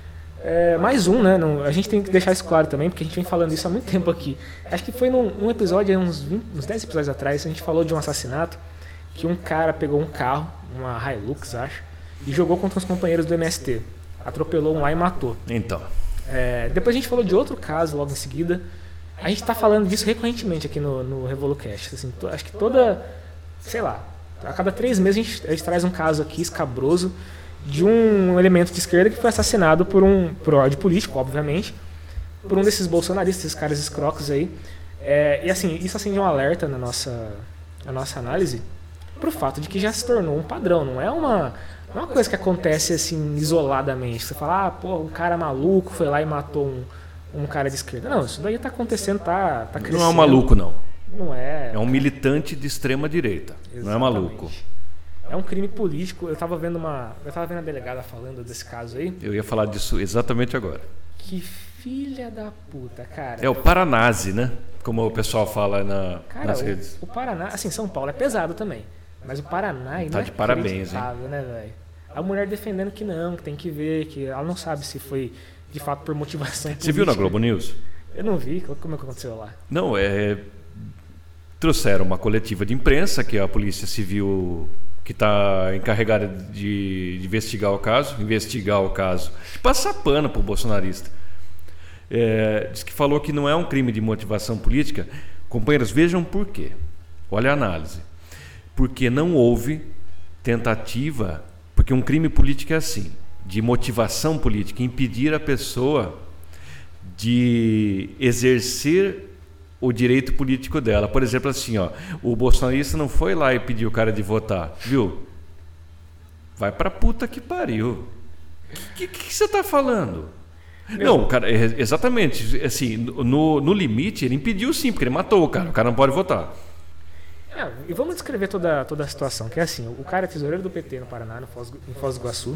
É, mais um, né? Não, a gente tem que deixar isso claro também, porque a gente vem falando isso há muito tempo aqui. Acho que foi num, num episódio, uns, vinte, uns dez episódios atrás, a gente falou de um assassinato, que um cara pegou um carro, uma Hilux, acho, e jogou contra os companheiros do M S T. Atropelou um lá e matou. Então. É, depois a gente falou de outro caso logo em seguida. A gente está falando disso recorrentemente aqui no, no RevoluCast. Assim, to, acho que toda, sei lá, a cada três meses a gente, a gente traz um caso aqui escabroso de um elemento de esquerda que foi assassinado por um por ódio político, obviamente, por um desses bolsonaristas, esses caras escrocos aí. É, e assim, isso acende um alerta na nossa, na nossa análise para o fato de que já se tornou um padrão. Não é uma, não é uma coisa que acontece assim isoladamente. Você fala, ah, pô, um cara maluco foi lá e matou um... um cara de esquerda. Não, isso daí está acontecendo, tá, tá crescendo. Não é um maluco, não. Não é. É um militante de extrema direita. Exatamente. Não é maluco. É um crime político. Eu estava vendo uma, eu tava vendo a delegada falando desse caso aí. Eu ia falar disso exatamente agora. Que filha da puta, cara. É o Paranazi, né? Como o pessoal fala na, cara, nas o, redes. O Paraná, assim, São Paulo é pesado também. Mas o Paraná tá não de é parabéns, hein? Né, velho? A mulher defendendo que não, que tem que ver, que ela não sabe se foi de fato por motivação política. Você viu na Globo News? Eu não vi. Como é que aconteceu lá? Não, é... Trouxeram uma coletiva de imprensa que a Polícia Civil, que está encarregada de, de investigar o caso, investigar o caso, de passar pano para o bolsonarista. É, diz que falou que não é um crime de motivação política. Companheiros, vejam por quê. Olha a análise. Porque não houve tentativa, porque um crime político é assim, de motivação política, impedir a pessoa de exercer o direito político dela. Por exemplo, assim, ó, o bolsonarista não foi lá e pediu o cara de votar, viu? Vai pra puta que pariu. O que, que, que você tá falando? Meu. Não, cara, exatamente, assim, no, no limite ele impediu sim, porque ele matou o cara, o cara não pode votar. É, e vamos descrever toda, toda a situação, que é assim, o cara é tesoureiro do P T no Paraná, no Foz, em Foz do Iguaçu.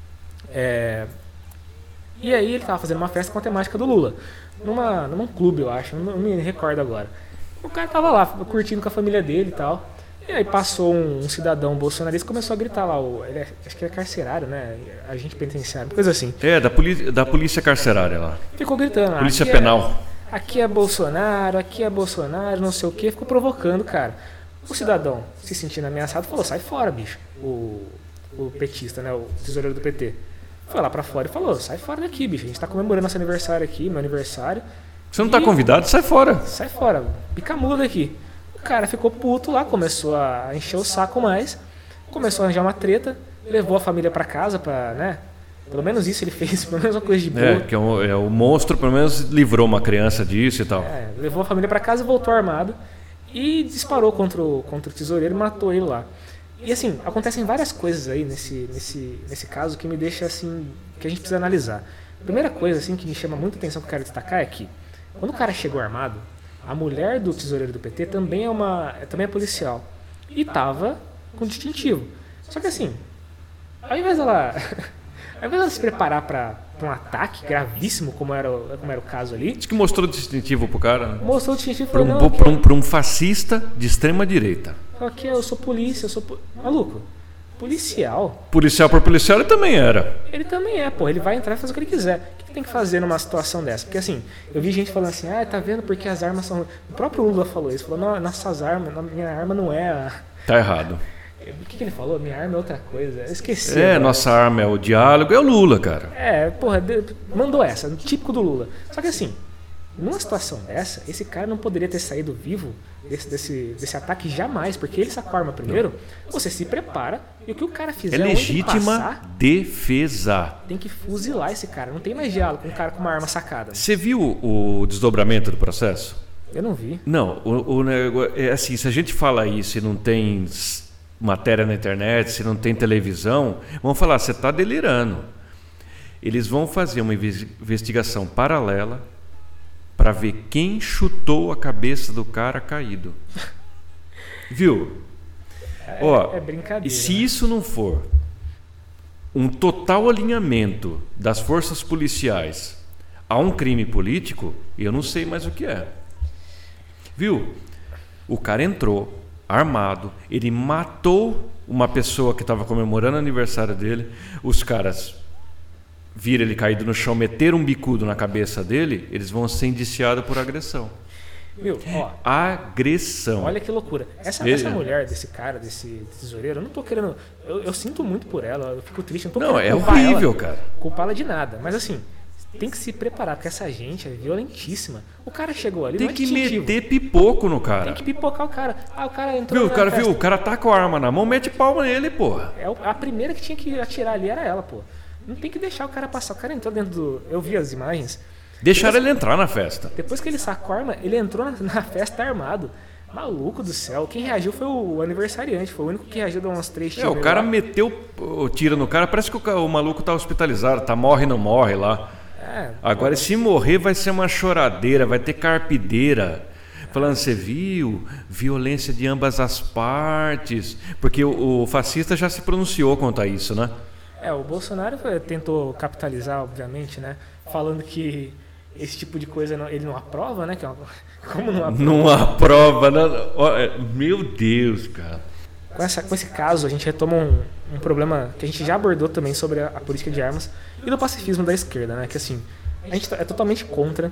É, e aí ele estava fazendo uma festa com a temática do Lula, numa, num clube, eu acho, não me recordo agora. O cara estava lá, curtindo com a família dele e tal. E aí passou um, um cidadão bolsonarista e começou a gritar lá, o, ele é, acho que é carcerário, né? Agente penitenciário, coisa assim. É, da, poli da polícia carcerária lá. Ficou gritando. Polícia penal. É, aqui é Bolsonaro, aqui é Bolsonaro, não sei o que, ficou provocando, cara. O cidadão, se sentindo ameaçado, falou, sai fora, bicho. O, o petista, né? O tesoureiro do P T. Foi lá pra fora e falou, sai fora daqui, bicho. A gente tá comemorando nosso aniversário aqui, meu aniversário. Você não tá convidado, sai fora. Sai fora, pica muda aqui. O cara ficou puto lá, começou a encher o saco mais, começou a arranjar uma treta, levou a família pra casa pra, né? Pelo menos isso ele fez, pelo menos uma coisa de boa. É, que é o, é, o monstro pelo menos livrou uma criança disso e tal. É, levou a família pra casa e voltou armado. E disparou contra o, contra o tesoureiro e matou ele lá. E assim, acontecem várias coisas aí nesse, nesse, nesse caso que me deixa assim, que a gente precisa analisar. A primeira coisa assim, que me chama muita atenção, que eu quero destacar, é que quando o cara chegou armado, a mulher do tesoureiro do P T também é, uma, também é policial. E tava com distintivo. Só que assim, ao invés dela, ao invés dela se preparar para um ataque gravíssimo, como era, como era o caso ali... Diz que mostrou o distintivo pro cara, né? Mostrou o distintivo e Para falou, um, não, um, um fascista de extrema direita. Aqui eu sou polícia, eu sou... Po... Maluco, policial... Policial por policial ele também era. Ele também é, pô. Ele vai entrar e fazer o que ele quiser. O que tem que fazer numa situação dessa? Porque assim, eu vi gente falando assim, ah, tá vendo porque as armas são... O próprio Lula falou isso. Falou, não, nossas armas, minha arma não é a... Tá errado. O que, que ele falou? Minha arma é outra coisa. Eu esqueci. É, agora. Nossa arma é o diálogo, é o Lula, cara. É, porra, mandou essa, típico do Lula. Só que assim, numa situação dessa, esse cara não poderia ter saído vivo desse, desse, desse ataque jamais, porque ele sacou a arma primeiro, você se prepara e o que o cara fizer é legítima passar, defesa. Tem que fuzilar esse cara, não tem mais diálogo com um cara com uma arma sacada. Você viu o desdobramento do processo? Eu não vi. Não, o, o negócio é assim, se a gente fala isso e não tem matéria na internet, se não tem televisão, vão falar, você está delirando. Eles vão fazer uma investigação paralela para ver quem chutou a cabeça do cara caído. Viu? É, Ó, é brincadeira. E se isso não for um total alinhamento das forças policiais a um crime político, eu não sei mais o que é. Viu? O cara entrou armado, ele matou uma pessoa que estava comemorando o aniversário dele, os caras viram ele caído no chão, meteram um bicudo na cabeça dele, eles vão ser indiciados por agressão. Meu, ó, agressão. Olha que loucura. Essa, ele... essa mulher desse cara, desse tesoureiro, eu não tô querendo... Eu, eu sinto muito por ela, eu fico triste, não tô não, querendo é culpar horrível, ela, cara. culpá-la de nada, mas assim... Tem que se preparar, porque essa gente é violentíssima. O cara chegou ali, tem não é que distintivo. meter pipoco no cara. Tem que pipocar o cara. Ah, o cara entrou viu, na o cara festa. viu, o cara tá com a arma na mão, mete palma nele, porra. É a primeira que tinha que atirar ali era ela, pô. Não tem que deixar o cara passar. O cara entrou dentro do... Eu vi as imagens. Deixaram depois, ele entrar na festa. Depois que ele sacou a arma, ele entrou na, na festa armado. Maluco do céu. Quem reagiu foi o aniversariante. Foi o único que reagiu de umas três tiros. É, o cara lá. meteu o tiro no cara. Parece que o, o maluco tá hospitalizado. Tá morre, não morre lá. É, Agora, se morrer, vai ser uma choradeira, vai ter carpideira. Falando, você viu? Violência de ambas as partes. Porque o, o fascista já se pronunciou contra isso, né? É, o Bolsonaro tentou capitalizar, obviamente, né? Falando que esse tipo de coisa não, ele não aprova, né? Que é uma, como não aprova? Não aprova. Não, meu Deus, cara. Com, essa, com esse caso, a gente retoma um, um problema que a gente já abordou também sobre a, a política de armas e do pacifismo da esquerda, né? Que assim, a gente é totalmente contra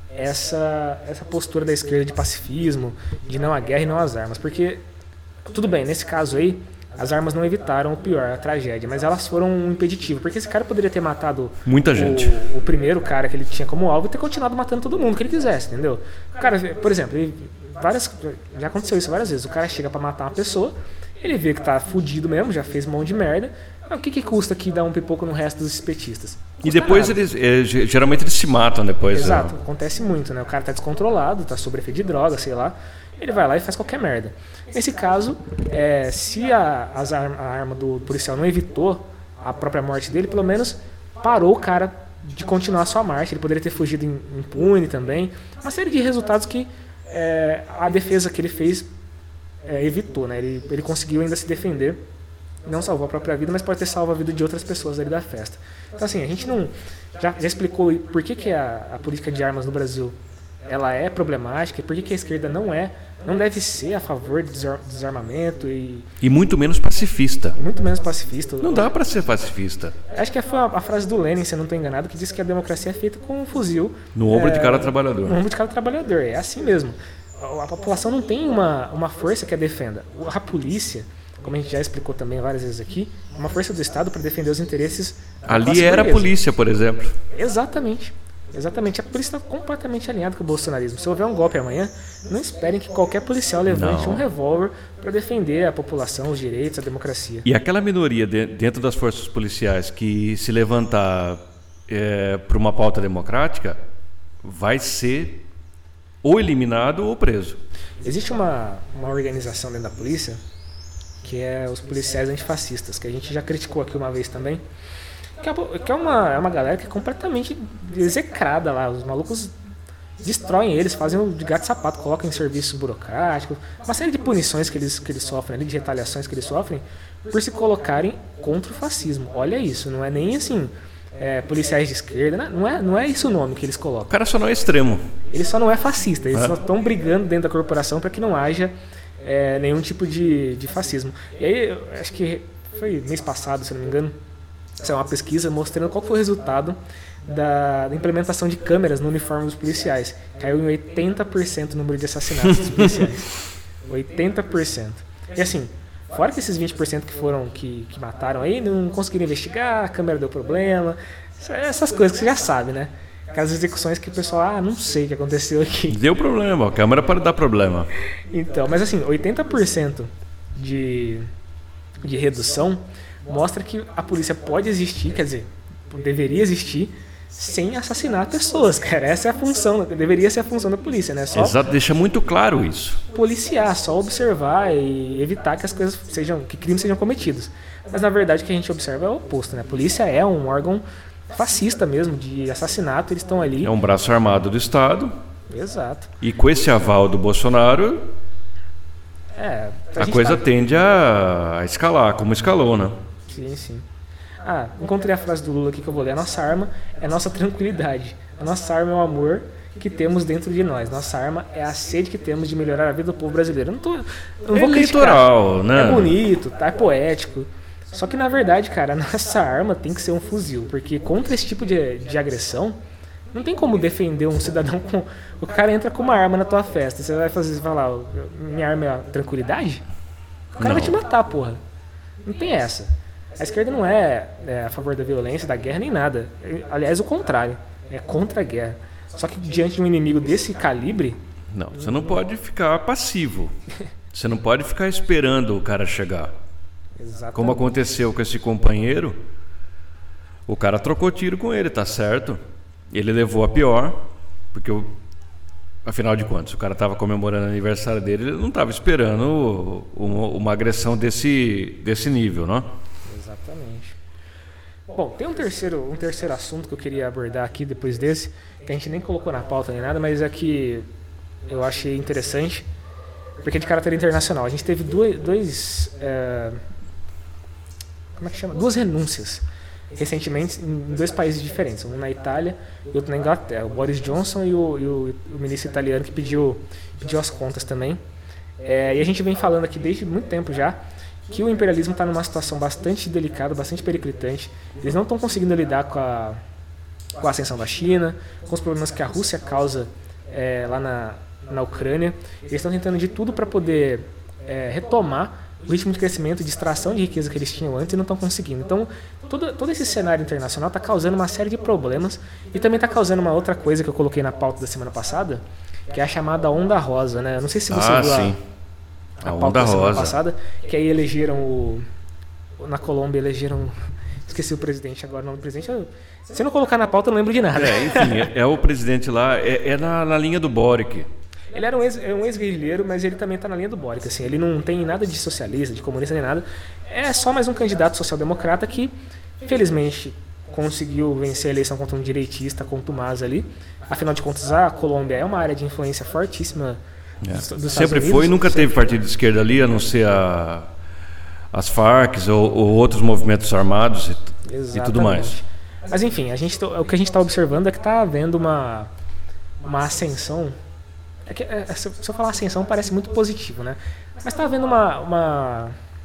essa, essa postura da esquerda de pacifismo, de não à guerra e não às armas. Porque, tudo bem, nesse caso aí, as armas não evitaram o pior, a tragédia, mas elas foram um impeditivo. Porque esse cara poderia ter matado muita o, gente. o primeiro cara que ele tinha como alvo e ter continuado matando todo mundo que ele quisesse, entendeu? O cara, por exemplo, ele, várias, já aconteceu isso várias vezes. O cara chega pra matar uma pessoa, ele vê que tá fudido mesmo, já fez um monte de merda. Mas o que, que custa aqui dar um pipoco no resto dos petistas? Custa e depois nada. eles, é, geralmente eles se matam depois. Exato, né? Acontece muito, né? O cara tá descontrolado, tá sob efeito de droga, sei lá. Ele vai lá e faz qualquer merda. Nesse caso, é, se a, as arma, a arma do policial não evitou a própria morte dele, pelo menos parou o cara de continuar a sua marcha. Ele poderia ter fugido impune também. Uma série de resultados que é, a defesa que ele fez é, evitou, né? Ele, ele conseguiu ainda se defender. Não salvou a própria vida, mas pode ter salvo a vida de outras pessoas ali da festa. Então assim, a gente não já, já explicou por que, que a, a política de armas no Brasil ela é problemática e por que, que a esquerda não é, não deve ser a favor do desarmamento e... E muito menos pacifista. E muito menos pacifista. Não dá para ser pacifista. Acho que foi a, a frase do Lenin, se eu não estou enganado, que diz que a democracia é feita com um fuzil... No ombro é, de cada trabalhador. No ombro de cada trabalhador, é assim mesmo. A, a população não tem uma, uma força que a defenda. A polícia... Como a gente já explicou também várias vezes aqui, é uma força do Estado para defender os interesses da Ali era a polícia, por exemplo. Exatamente. Exatamente. A polícia está completamente alinhada com o bolsonarismo. Se houver um golpe amanhã, não esperem que qualquer policial levante não. um revólver para defender a população, os direitos, a democracia. E aquela minoria de, dentro das forças policiais que se levantar é, para uma pauta democrática vai ser ou eliminado ou preso. Existe uma, uma organização dentro da polícia que é os policiais antifascistas, que a gente já criticou aqui uma vez também. Que é, que é, uma, é uma galera que é completamente execrada lá. Os malucos destroem eles, fazem de gato e sapato, colocam em serviço burocrático, uma série de punições que eles, que eles sofrem ali, de retaliações que eles sofrem, por se colocarem contra o fascismo. Olha isso, não é nem assim, é, policiais de esquerda, não é, não é esse o nome que eles colocam. O cara só não é extremo. Ele só não é fascista, eles é. só estão brigando dentro da corporação para que não haja é, nenhum tipo de, de fascismo. E aí, eu acho que foi mês passado, se não me engano, isso é uma pesquisa mostrando qual foi o resultado Da, da implementação de câmeras no uniforme dos policiais. Caiu em oitenta por cento o número de assassinatos dos policiais. oitenta por cento. E assim, fora que esses vinte por cento que foram que, que mataram aí, não conseguiram investigar, a câmera deu problema, essas coisas que você já sabe, né? Aquelas execuções que o pessoal, ah, não sei o que aconteceu aqui. Deu problema, a câmera pode dar problema. Então, mas assim, oitenta por cento de, de redução mostra que a polícia pode existir, quer dizer, deveria existir, sem assassinar pessoas, cara. Essa é a função, deveria ser a função da polícia, né? Só Exato, deixa muito claro isso. Policiar, só observar e evitar que as coisas sejam, que crimes sejam cometidos. Mas na verdade o que a gente observa é o oposto, né? A polícia é um órgão fascista mesmo, de assassinato, eles estão ali. É um braço armado do Estado. Exato. E com esse aval do Bolsonaro, é, a, a coisa tá... tende a, a escalar, como escalou, né? Sim, sim. Ah, encontrei a frase do Lula aqui que eu vou ler. A nossa arma é a nossa tranquilidade. A nossa arma é o amor que temos dentro de nós. Nossa arma é a sede que temos de melhorar a vida do povo brasileiro. Eu não, tô, eu não é vou eleitoral, criticar. né? É bonito, tá? É poético. Só que na verdade, cara, a nossa arma tem que ser um fuzil. Porque contra esse tipo de, de agressão, não tem como defender um cidadão com... O cara entra com uma arma na tua festa. Você vai fazer, você vai falar, minha arma é a tranquilidade? O cara não. vai te matar, porra. Não tem essa. A esquerda não é, é a favor da violência, da guerra, nem nada. Aliás, o contrário. É contra a guerra. Só que diante de um inimigo desse calibre... Não, você não pode ficar passivo. Você não pode ficar esperando o cara chegar. Exatamente. Como aconteceu com esse companheiro, o cara trocou tiro com ele, tá certo? Ele levou a pior, porque, afinal de contas, o cara estava comemorando o aniversário dele, ele não estava esperando uma, uma agressão desse, desse nível, não? Exatamente. Bom, tem um terceiro, um terceiro assunto que eu queria abordar aqui depois desse, que a gente nem colocou na pauta nem nada, mas é que eu achei interessante, porque é de caráter internacional. A gente teve dois, dois é, como é que chama? Duas renúncias recentemente em dois países diferentes, um na Itália e outro na Inglaterra. O Boris Johnson e o, e o, o ministro italiano que pediu, pediu as contas também. É, e a gente vem falando aqui desde muito tempo já que o imperialismo está numa situação bastante delicada, bastante periclitante. Eles não estão conseguindo lidar com a, com a ascensão da China, com os problemas que a Rússia causa é, lá na, na Ucrânia. Eles estão tentando de tudo para poder é, retomar o ritmo de crescimento, de extração de riqueza que eles tinham antes e não estão conseguindo. Então, todo, todo esse cenário internacional está causando uma série de problemas e também está causando uma outra coisa que eu coloquei na pauta da semana passada, que é a chamada onda rosa, né? Eu não sei se você ah, viu a, sim. a, a pauta onda da semana rosa. passada, que aí elegeram o... Na Colômbia elegeram... Esqueci o presidente agora, o nome do presidente. Eu, se eu não colocar na pauta, eu não lembro de nada. É, enfim, é, é o presidente lá, é, é na, na linha do Boric. Ele era um, ex, um ex-guerrilheiro, mas ele também está na linha do Boric. Assim, ele não tem nada de socialista, de comunista, nem nada. É só mais um candidato social-democrata que, felizmente, conseguiu vencer a eleição contra um direitista, contumaz ali. Afinal de contas, a Colômbia é uma área de influência fortíssima é. dos, dos Sempre Estados foi e nunca sempre teve partido de esquerda ali, a não ser a, as Farc ou, ou outros movimentos armados e, e tudo mais. Mas, enfim, a gente, o que a gente está observando é que está havendo uma, uma ascensão. É que, é, se eu falar ascensão parece muito positivo, né? Mas está havendo uma, uma,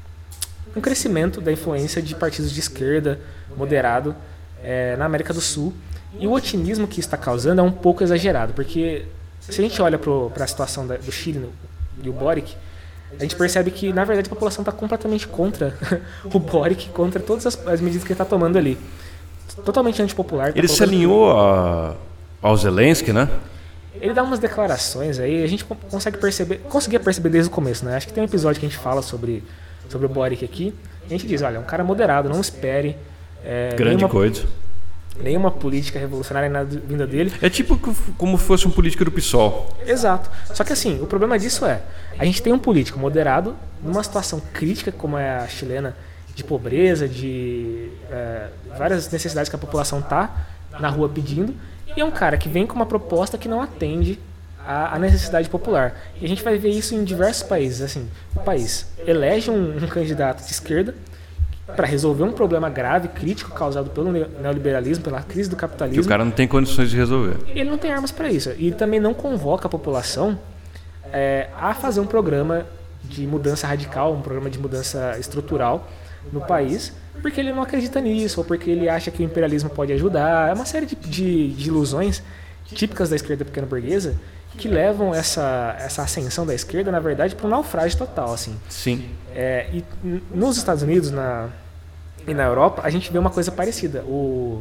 um crescimento da influência de partidos de esquerda moderado é, na América do Sul. E o otimismo que isso está causando é um pouco exagerado, porque se a gente olha para a situação da, do Chile no, e o Boric, a gente percebe que, na verdade, a população está completamente contra o Boric, contra todas as, as medidas que ele está tomando ali. Totalmente antipopular. Tá ele se alinhou a, ao Zelensky, né? Ele dá umas declarações aí, a gente consegue perceber, conseguia perceber desde o começo, né? Acho que tem um episódio que a gente fala sobre, sobre o Boric aqui. A gente diz, olha, é um cara moderado, não espere. É, Grande nenhuma, coisa. nenhuma política revolucionária nada vinda dele. É tipo como fosse um político do PSOL. Exato. Só que assim, o problema disso é, a gente tem um político moderado, numa situação crítica como é a chilena, de pobreza, de é, várias necessidades que a população tá na rua pedindo, e é um cara que vem com uma proposta que não atende à necessidade popular. E a gente vai ver isso em diversos países. Assim, o país elege um, um candidato de esquerda para resolver um problema grave, crítico, causado pelo neoliberalismo, pela crise do capitalismo. Que o cara não tem condições de resolver. Ele não tem armas para isso. E ele também não convoca a população é, a fazer um programa de mudança radical, um programa de mudança estrutural no país, porque ele não acredita nisso, ou porque ele acha que o imperialismo pode ajudar. É uma série de, de, de ilusões típicas da esquerda pequena burguesa que levam essa, essa ascensão da esquerda, na verdade, para um naufrágio total. Assim. Sim. É, e nos Estados Unidos na, e na Europa, a gente vê uma coisa parecida. O,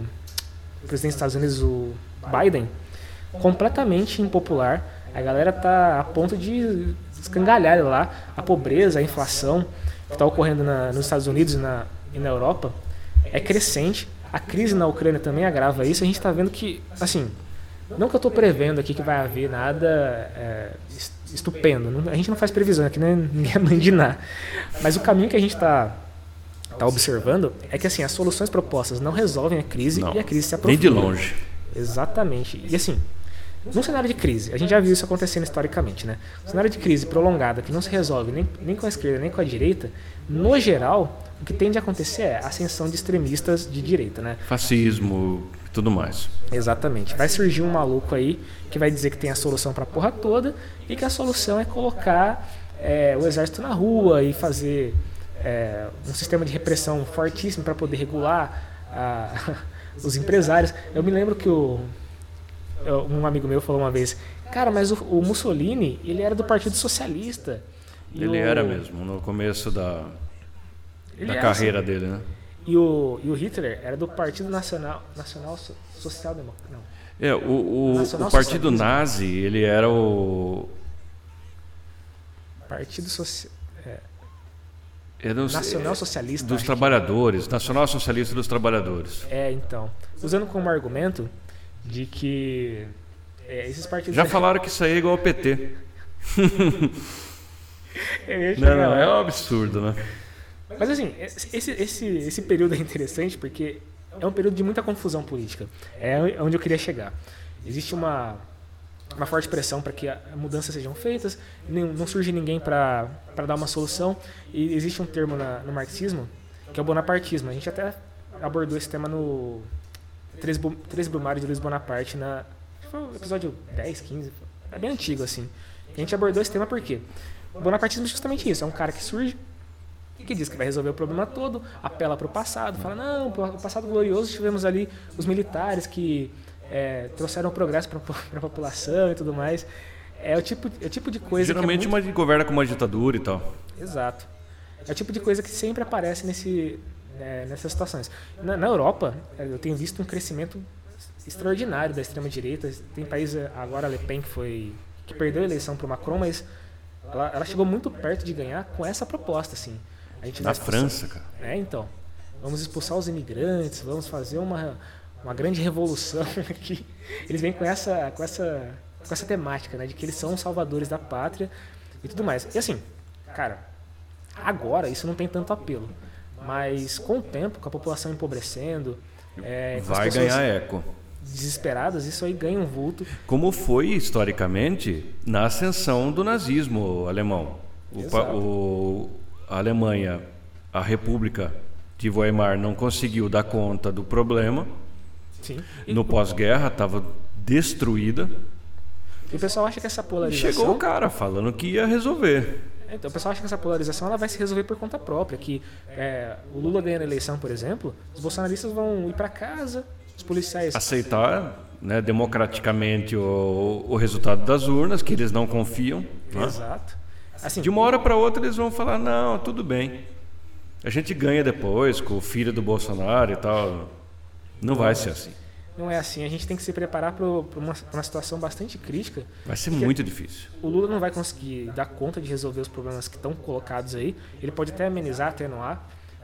o presidente dos Estados Unidos, o Biden, completamente impopular. A galera está a ponto de escangalhar lá a pobreza, a inflação que está ocorrendo na, nos Estados Unidos e na, e na Europa é crescente. A crise na Ucrânia também agrava isso. A gente está vendo que, assim, não que eu estou prevendo aqui que vai haver nada é, estupendo. Não, a gente não faz previsão aqui, né? Ninguém é mãe de nada. Mas o caminho que a gente está tá observando é que, assim, as soluções propostas não resolvem a crise não, e a crise se aprofunda. Nem de longe. Exatamente. E assim, num cenário de crise, a gente já viu isso acontecendo historicamente, né? Um cenário de crise prolongada que não se resolve nem, nem com a esquerda nem com a direita, no geral, o que tende a acontecer é a ascensão de extremistas de direita, né? Fascismo e tudo mais. Exatamente. Vai surgir um maluco aí que vai dizer que tem a solução para a porra toda e que a solução é colocar é, o exército na rua e fazer é, um sistema de repressão fortíssimo para poder regular a, os empresários. Eu me lembro que o um amigo meu falou uma vez, cara, mas o, o Mussolini, ele era do Partido Socialista. Ele o... era mesmo, no começo da, da carreira assim. dele, né? E o, e o Hitler era do Partido Nacional, Nacional Social Democrata. Não. É, o, o, o Partido Nazi, ele era o... Partido Social... É. Era os, Nacional Socialista. Dos Trabalhadores, Nacional Socialista dos Trabalhadores. É, então. Usando como argumento de que é, esses partidos... Já falaram que isso aí é igual ao P T. não, não, é um absurdo, né? Mas assim, esse, esse, esse período é interessante porque é um período de muita confusão política. É onde eu queria chegar. Existe uma, uma forte pressão para que mudanças sejam feitas, não surge ninguém para dar uma solução. E existe um termo na, no marxismo que é o bonapartismo. A gente até abordou esse tema no... Três Brumários de Luiz Bonaparte, na, foi o episódio dez, quinze, é bem antigo assim. A gente abordou esse tema porque o bonapartismo é justamente isso, é um cara que surge, que diz que vai resolver o problema todo, apela para o passado, fala, não, o passado glorioso tivemos ali os militares que é, trouxeram progresso para a população e tudo mais. É o tipo, é o tipo de coisa Geralmente que é muito... uma governa com uma ditadura e tal. Exato. É o tipo de coisa que sempre aparece nesse... É, nessas situações. Na, na Europa, eu tenho visto um crescimento extraordinário da extrema-direita. Tem países, agora a Le Pen, que, foi, que perdeu a eleição para o Macron, mas ela, ela chegou muito perto de ganhar com essa proposta. Assim. A gente na França, cara. É, então. Vamos expulsar os imigrantes, vamos fazer uma, uma grande revolução aqui. Eles vêm com essa, com, essa, com essa temática, né, de que eles são os salvadores da pátria e tudo mais. E assim, cara, agora isso não tem tanto apelo. Mas com o tempo, com a população empobrecendo, é, com vai as pessoas ganhar eco. Desesperadas, isso aí ganha um vulto. Como foi historicamente na ascensão do nazismo alemão. O, o, a Alemanha, a República de Weimar não conseguiu dar conta do problema. Sim. No pós-guerra estava destruída. E o pessoal acha que essa polarização... Chegou o cara falando que ia resolver. Então, o pessoal acha que essa polarização ela vai se resolver por conta própria, que é, o Lula ganhando a eleição, por exemplo, os bolsonaristas vão ir para casa, os policiais... Aceitar, né, democraticamente o, o resultado das urnas, que eles não confiam. Exato. Né? Assim, de uma hora para outra eles vão falar, não, tudo bem. A gente ganha depois com o filho do Bolsonaro e tal. Não vai ser assim. Não é assim, a gente tem que se preparar para uma, uma situação bastante crítica. Vai ser muito difícil. O Lula não vai conseguir dar conta de resolver os problemas que estão colocados aí. Ele pode até amenizar, atenuar,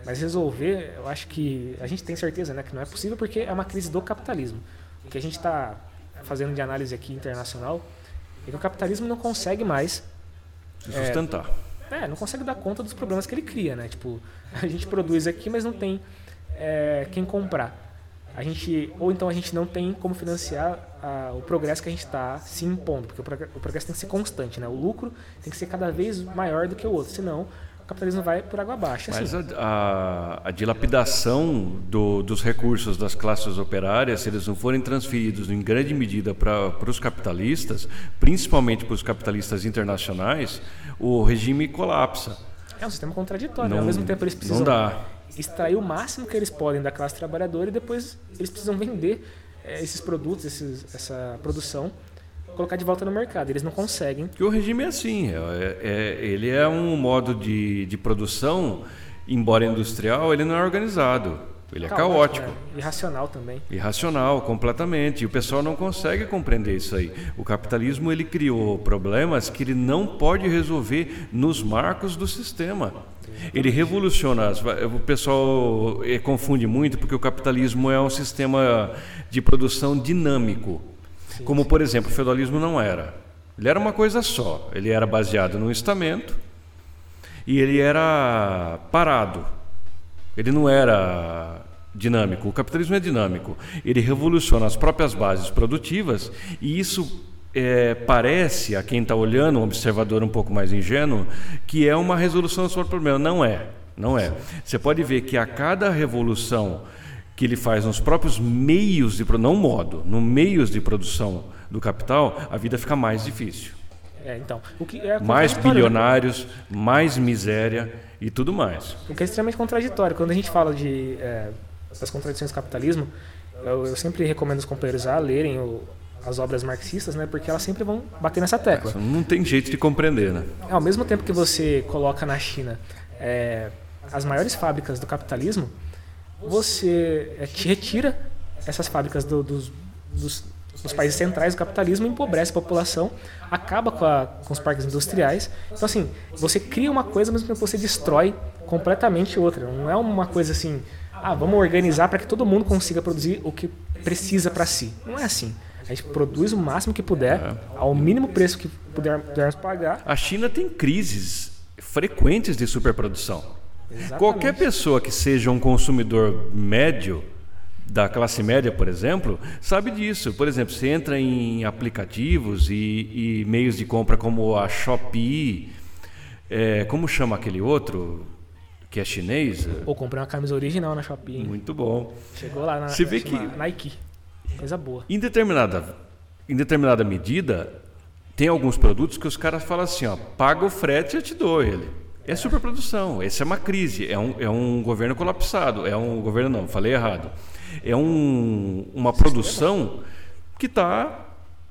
Mas resolver, eu acho que a gente tem certeza, né, que não é possível porque é uma crise do capitalismo. O que a gente está fazendo de análise aqui internacional é que o capitalismo não consegue mais sustentar. É, é, não consegue dar conta dos problemas que ele cria, né? Tipo, a gente produz aqui, mas não tem é, quem comprar. A gente, ou então a gente não tem como financiar a, o progresso que a gente está se impondo, porque o, prog- o progresso tem que ser constante, né? O lucro tem que ser cada vez maior do que o outro, senão o capitalismo vai por água abaixo. Mas assim. a, a, a dilapidação do, dos recursos das classes operárias, se eles não forem transferidos em grande medida para os capitalistas, principalmente para os capitalistas internacionais, o regime colapsa. É um sistema contraditório, não, né? Ao mesmo tempo eles precisam não dá. extrair o máximo que eles podem da classe trabalhadora e depois eles precisam vender é, esses produtos, esses, essa produção, colocar de volta no mercado. Eles não conseguem. Porque o regime é assim, é, é, ele é um modo de, de produção, embora industrial, ele não é organizado, ele é caótico. Né? Irracional também. Irracional, completamente. E o pessoal não consegue compreender isso aí. O capitalismo ele criou problemas que ele não pode resolver nos marcos do sistema. Ele revoluciona. As, o pessoal é, confunde muito porque o capitalismo é um sistema de produção dinâmico. Sim, como, sim. por exemplo, o feudalismo não era. Ele era uma coisa só. Ele era baseado no estamento e ele era parado. Ele não era dinâmico. O capitalismo é dinâmico. Ele revoluciona as próprias bases produtivas e isso é, parece, a quem está olhando, um observador um pouco mais ingênuo, que é uma resolução do seu problema. Não é. Não é. Você pode ver que a cada revolução que ele faz nos próprios meios de produção, não modo, nos meios de produção do capital, a vida fica mais difícil. É, então, o que é mais bilionários, mais miséria e tudo mais. O que é extremamente contraditório. Quando a gente fala de, é, das contradições do capitalismo, eu, eu sempre recomendo os companheiros a lerem o, as obras marxistas, né, porque elas sempre vão bater nessa tecla. Não tem jeito de compreender, né? Ao mesmo tempo que você coloca na China é, as maiores fábricas do capitalismo, você é, te retira essas fábricas do, dos, dos, dos países centrais do capitalismo, empobrece a população, acaba com, a, com os parques industriais. Então, assim, você cria uma coisa, ao mesmo tempo você destrói completamente outra. Não é uma coisa assim, ah, vamos organizar para que todo mundo consiga produzir o que precisa para si. Não é assim. A gente produz o máximo que puder, é. ao mínimo preço que puder, pudermos pagar. A China tem crises frequentes de superprodução. Exatamente. Qualquer pessoa que seja um consumidor médio, da classe média, por exemplo, sabe disso. Por exemplo, você entra em aplicativos e, e meios de compra como a Shopee, é, como chama aquele outro, que é chinês? Ou comprei uma camisa original na Shopee. Hein? Muito bom. Chegou lá na você vê que Nike. Coisa boa. Em determinada, em determinada medida, tem alguns produtos que os caras falam assim, ó, paga o frete e eu te dou ele. É superprodução, essa é uma crise, é um, é um governo colapsado, é um governo não, falei errado. É um, uma produção que está,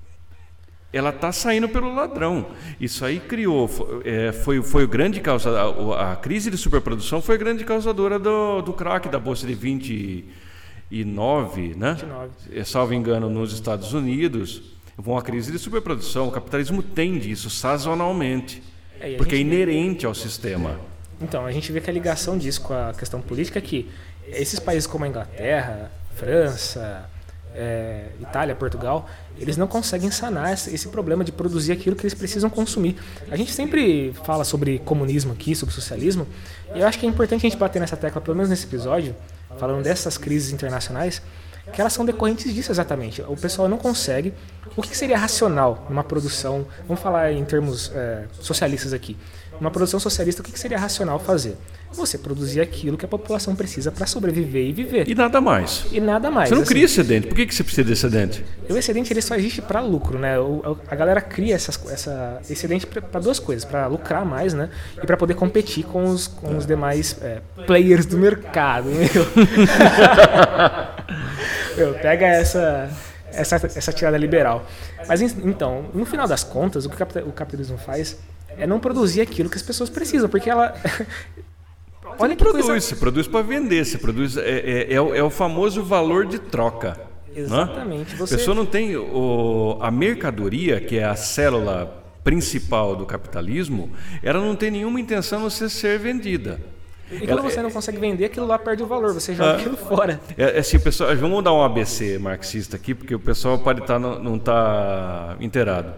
ela está saindo pelo ladrão. Isso aí criou, é, foi, foi o grande causa, a, a crise de superprodução foi a grande causadora do, do crack da bolsa de vinte e nove, né? vinte e nove. Salvo engano, nos Estados Unidos, uma crise de superprodução. O capitalismo tem disso sazonalmente. É, porque é inerente vê... ao sistema. Então, a gente vê que a ligação disso com a questão política é que esses países como a Inglaterra, França, é, Itália, Portugal, eles não conseguem sanar esse problema de produzir aquilo que eles precisam consumir. A gente sempre fala sobre comunismo aqui, sobre socialismo, e eu acho que é importante a gente bater nessa tecla, pelo menos nesse episódio, falando dessas crises internacionais, que elas são decorrentes disso exatamente. O pessoal não consegue. O que seria racional numa produção, vamos falar em termos é, socialistas aqui, numa produção socialista, o que seria racional fazer? Você produzir aquilo que a população precisa para sobreviver e viver. E nada mais. E nada mais. Você não assim, cria excedente. Por que que você precisa de excedente? O excedente ele só existe para lucro, né? O, a galera cria essas, essa excedente para duas coisas, para lucrar mais, né? E para poder competir com os, com os demais é, players do mercado. Meu. Meu, pega essa, essa, essa tirada liberal. Mas então, no final das contas, o que o capitalismo faz é não produzir aquilo que as pessoas precisam, porque ela... Olha que produz, coisa... você produz para vender, você produz é, é, é, o, é o famoso valor de troca. Exatamente. Né? Você... A pessoa não tem o, a mercadoria, que é a célula principal do capitalismo, ela não tem nenhuma intenção de ser vendida. E quando você não consegue vender, aquilo lá perde o valor, você joga ah, aquilo fora. É, é assim, pessoal, vamos dar um A B C marxista aqui, porque o pessoal pode estar, não, não tá inteirado.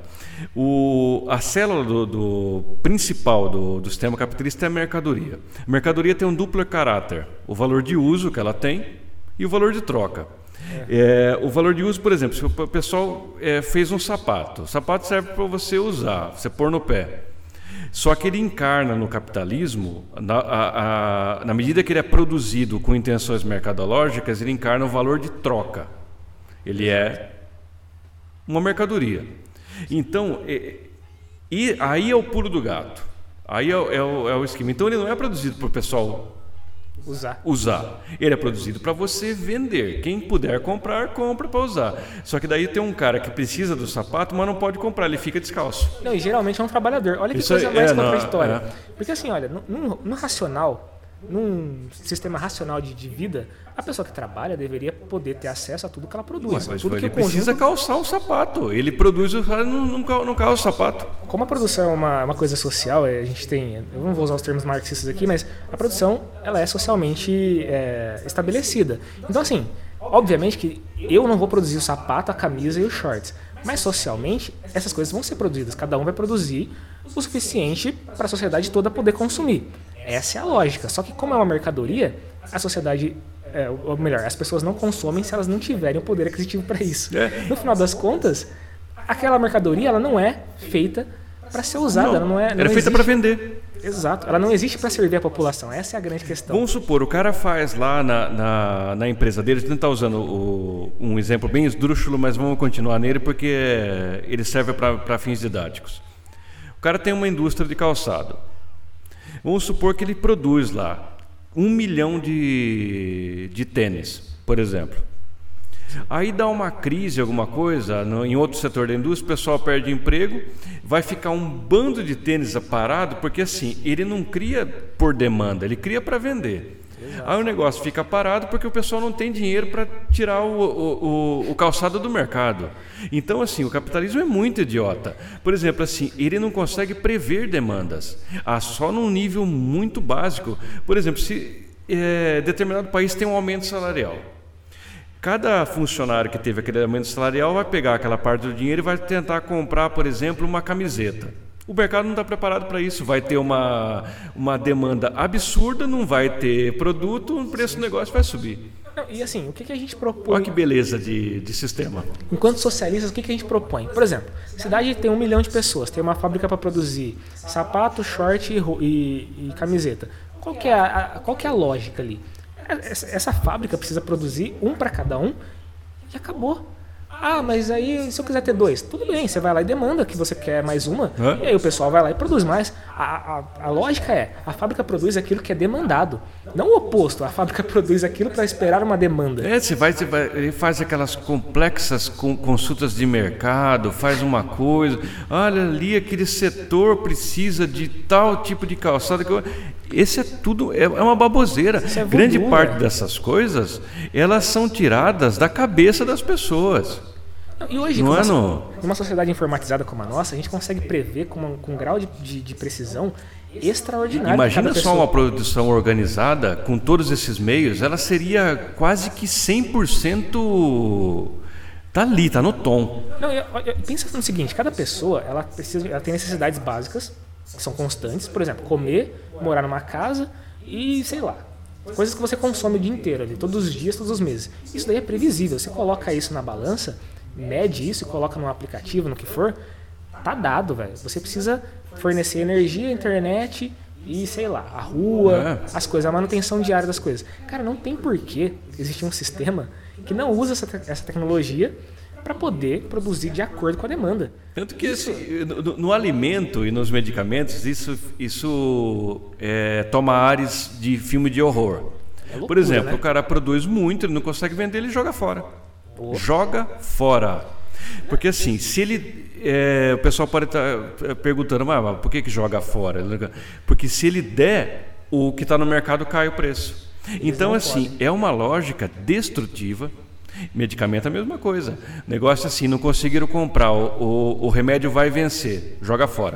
O, a célula do, do principal do, do sistema capitalista é a mercadoria. A mercadoria tem um duplo caráter: o valor de uso que ela tem e o valor de troca. É. É, o valor de uso, por exemplo, se o pessoal é, fez um sapato, o sapato serve para você usar, você pôr no pé. Só que ele encarna no capitalismo, na, a, a, na medida que ele é produzido com intenções mercadológicas, ele encarna o valor de troca. Ele é uma mercadoria. Então, e, e aí é o pulo do gato. Aí é, é, o, é o esquema. Então, ele não é produzido para o pessoal usar. usar. Ele é produzido para você vender. Quem puder comprar, compra para usar. Só que daí tem um cara que precisa do sapato, mas não pode comprar, ele fica descalço. Não, e geralmente é um trabalhador. Olha que Isso coisa é, mais é, contraditória. Não, é. Porque assim, olha, no, no racional, num sistema racional de, de vida, a pessoa que trabalha deveria poder ter acesso a tudo que ela produz. Mas, tudo ele que precisa conjunto... calçar o sapato. Ele produz, não, não, não calça o sapato. Como a produção é uma, uma coisa social, a gente tem, eu não vou usar os termos marxistas aqui, mas a produção ela é socialmente é, estabelecida. Então assim, obviamente que eu não vou produzir o sapato, a camisa e os shorts, mas socialmente essas coisas vão ser produzidas. Cada um vai produzir o suficiente para a sociedade toda poder consumir. Essa é a lógica. Só que como é uma mercadoria, a sociedade, é, ou melhor, as pessoas não consomem se elas não tiverem o poder aquisitivo para isso. É. No final das contas, aquela mercadoria ela não é feita para ser usada. Não, ela não é, não ela é feita para vender. Exato. Ela não existe para servir a população. Essa é a grande questão. Vamos supor, o cara faz lá na, na, na empresa dele, a gente está usando o, um exemplo bem esdrúxulo, mas vamos continuar nele porque ele serve para fins didáticos. O cara tem uma indústria de calçado. Vamos supor que ele produz lá um milhão de, de tênis, por exemplo. Aí dá uma crise, alguma coisa, no, em outro setor da indústria, o pessoal perde emprego, vai ficar um bando de tênis parado, porque assim, ele não cria por demanda, ele cria para vender. Exato. Aí o negócio fica parado porque o pessoal não tem dinheiro para tirar o, o, o, o calçado do mercado. Então, assim, o capitalismo é muito idiota. Por exemplo, assim, ele não consegue prever demandas, ah, só num nível muito básico. Por exemplo, se é, determinado país tem um aumento salarial, cada funcionário que teve aquele aumento salarial vai pegar aquela parte do dinheiro e vai tentar comprar, por exemplo, uma camiseta. O mercado não está preparado para isso, vai ter uma, uma demanda absurda, não vai ter produto, o preço do negócio vai subir. Não, e assim, o que, que a gente propõe? Olha que beleza de, de sistema. Enquanto socialistas, o que, que a gente propõe? Por exemplo, a cidade tem um milhão de pessoas, tem uma fábrica para produzir sapato, short e, e, e camiseta. Qual que, é a, a, qual que é a lógica ali? Essa, essa fábrica precisa produzir um para cada um e acabou. Ah, mas aí se eu quiser ter dois, tudo bem, você vai lá e demanda que você quer mais uma, Hã? e aí o pessoal vai lá e produz mais. A, a, a lógica é, a fábrica produz aquilo que é demandado, não o oposto, a fábrica produz aquilo para esperar uma demanda. É, você vai, você vai, ele faz aquelas complexas consultas de mercado, faz uma coisa, olha ali aquele setor precisa de tal tipo de calçado. Esse é tudo, é uma baboseira. É Grande voodoo, parte né? dessas coisas, elas são tiradas da cabeça das pessoas. E hoje, não é no... uma, numa sociedade informatizada como a nossa, a gente consegue prever com, uma, com um grau de, de, de precisão extraordinário. Imagina só uma produção organizada com todos esses meios, ela seria quase que cem por cento tá ali, tá no tom. Não, eu, eu, pensa no seguinte, cada pessoa ela precisa, ela tem necessidades básicas que são constantes, por exemplo, comer, morar numa casa e sei lá, coisas que você consome o dia inteiro ali, todos os dias, todos os meses. Isso daí é previsível, você coloca isso na balança, mede isso e coloca num aplicativo, no que for, tá dado, velho. Você precisa fornecer energia, internet e, sei lá, a rua, é. as coisas, a manutenção diária das coisas. Cara, não tem porquê existir um sistema que não usa essa, te- essa tecnologia para poder produzir de acordo com a demanda. Tanto que isso, no, no alimento e nos medicamentos, isso, isso é, toma ares de filme de horror. É loucura, Por exemplo, né? o cara produz muito, ele não consegue vender, ele joga fora. Oh. Joga fora. Porque assim, se ele... É, o pessoal pode estar perguntando, mas, mas por que, que joga fora? Porque se ele der, o que está no mercado cai o preço. Eles então assim, podem. É uma lógica destrutiva. Medicamento é a mesma coisa. Negócio assim, não conseguiram comprar, o, o, o remédio vai vencer, joga fora.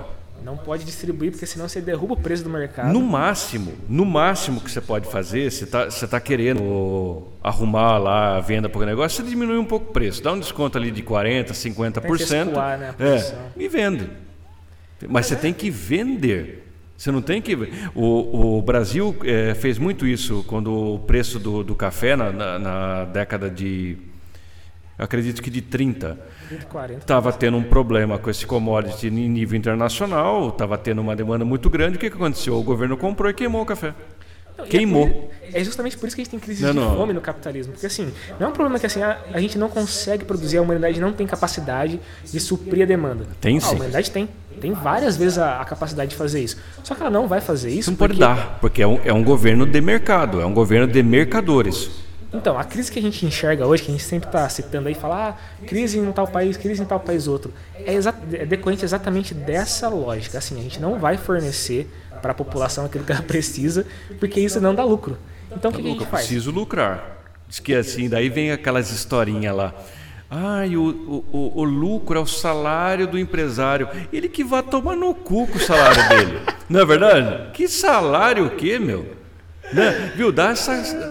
Não pode distribuir, porque senão você derruba o preço do mercado. No máximo, no máximo que você pode fazer, você está você tá querendo arrumar lá a venda para o negócio, você diminui um pouco o preço, dá um desconto ali de quarenta por cento, cinquenta por cento. Escoar, né, a é, e vende. Mas você tem que vender. Você não tem que... O, o Brasil é, fez muito isso quando o preço do, do café na, na, na década de... acredito que de trinta, estava tendo um problema com esse commodity em nível internacional, estava tendo uma demanda muito grande. O que, que aconteceu? O governo comprou e queimou o café. Não, queimou. É, é justamente por isso que a gente tem crise não, de não. fome no capitalismo. Porque assim, não é um problema que assim, a, a gente não consegue produzir, a humanidade não tem capacidade de suprir a demanda. Tem ah, sim. A humanidade tem. Tem várias vezes a, a capacidade de fazer isso. Só que ela não vai fazer isso. Não porque... pode dar, porque é um, é um governo de mercado, é um governo de mercadores. Então, a crise que a gente enxerga hoje, que a gente sempre está citando aí, fala, ah, crise em tal país, crise em tal país outro, é, exa é decorrente exatamente dessa lógica. Assim, a gente não vai fornecer para a população aquilo que ela precisa, porque isso não dá lucro. Então, o que, que a gente faz? Preciso lucrar. Diz que assim, daí vem aquelas historinhas lá. Ai, o, o, o lucro é o salário do empresário. Ele que vai tomar no cu com o salário dele. Não é verdade? Que salário o quê, meu? Né? Viu? Dá essa,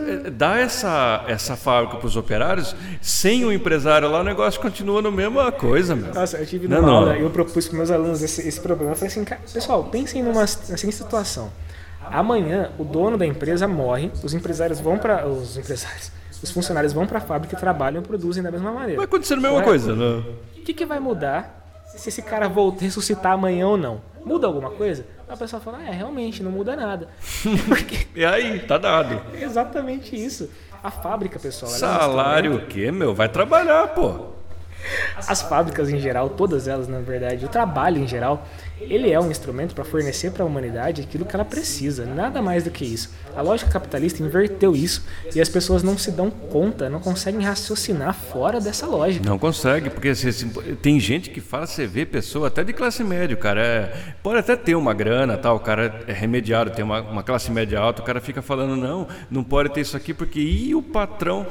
dá essa, essa fábrica para os operários, sem o empresário lá, o negócio continua na mesma coisa, meu. Nossa, eu tive numa não, aula, não. eu propus para meus alunos esse, esse problema. Eu falei assim, cara, pessoal, pensem numa assim, situação. Amanhã o dono da empresa morre, os empresários vão para os empresários, os funcionários vão para a fábrica e trabalham e produzem da mesma maneira. Vai acontecer a mesma Correto? coisa, né? O que, que vai mudar se esse cara voltar ressuscitar amanhã ou não? Muda alguma coisa? A pessoa fala, ah, é, realmente, não muda nada. Porque... E aí, tá dado. É exatamente isso. A fábrica, pessoal... Salário é um o quê, meu? Vai trabalhar, pô. As fábricas em geral, todas elas, na verdade, o trabalho em geral, ele é um instrumento para fornecer para a humanidade aquilo que ela precisa, nada mais do que isso. A lógica capitalista inverteu isso e as pessoas não se dão conta, não conseguem raciocinar fora dessa lógica. Não consegue, porque assim, tem gente que fala, você vê pessoa até de classe média, cara, é, pode até ter uma grana, tal, o cara é remediado, tem uma, uma classe média alta, o cara fica falando, não, não pode ter isso aqui porque e o patrão...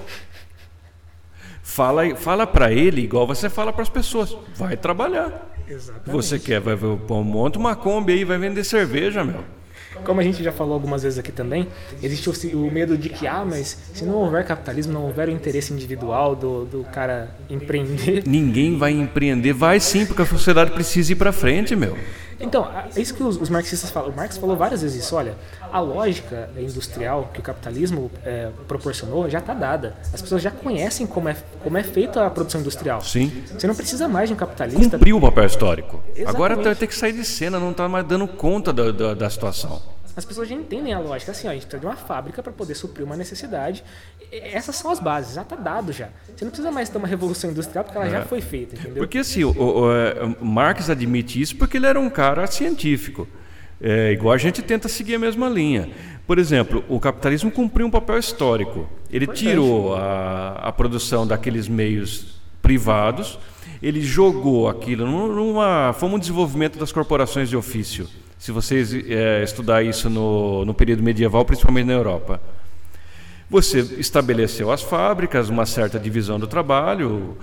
Fala, fala para ele igual você fala para as pessoas. Vai trabalhar. Exatamente. Você quer, vai, vai, monta uma Kombi aí, vai vender cerveja, meu. Como a gente já falou algumas vezes aqui também, existe o, o medo de que, ah, mas se não houver capitalismo, não houver o interesse individual do, do cara empreender... Ninguém vai empreender. Vai sim, porque a sociedade precisa ir para frente, meu. Então, é isso que os, os marxistas falam. O Marx falou várias vezes isso. Olha, a lógica industrial que o capitalismo é, proporcionou já está dada. As pessoas já conhecem como é, como é feita a produção industrial. Sim. Você não precisa mais de um capitalista... Cumpriu o papel histórico. Exatamente. Agora vai ter que sair de cena, não está mais dando conta da, da, da situação. As pessoas já entendem a lógica. Assim, ó, a gente precisa de uma fábrica para poder suprir uma necessidade. Essas são as bases, já está dado já. Você não precisa mais ter uma revolução industrial porque ela é. já foi feita, entendeu? Porque assim, o, o, o Marx admite isso porque ele era um cara científico. É, igual a gente tenta seguir a mesma linha. Por exemplo, o capitalismo cumpriu um papel histórico. Ele Importante. tirou a, a produção daqueles meios privados, ele jogou aquilo numa... Foi um desenvolvimento das corporações de ofício. Se vocês é, estudar isso no, no período medieval, principalmente na Europa. Você estabeleceu as fábricas, uma certa divisão do trabalho,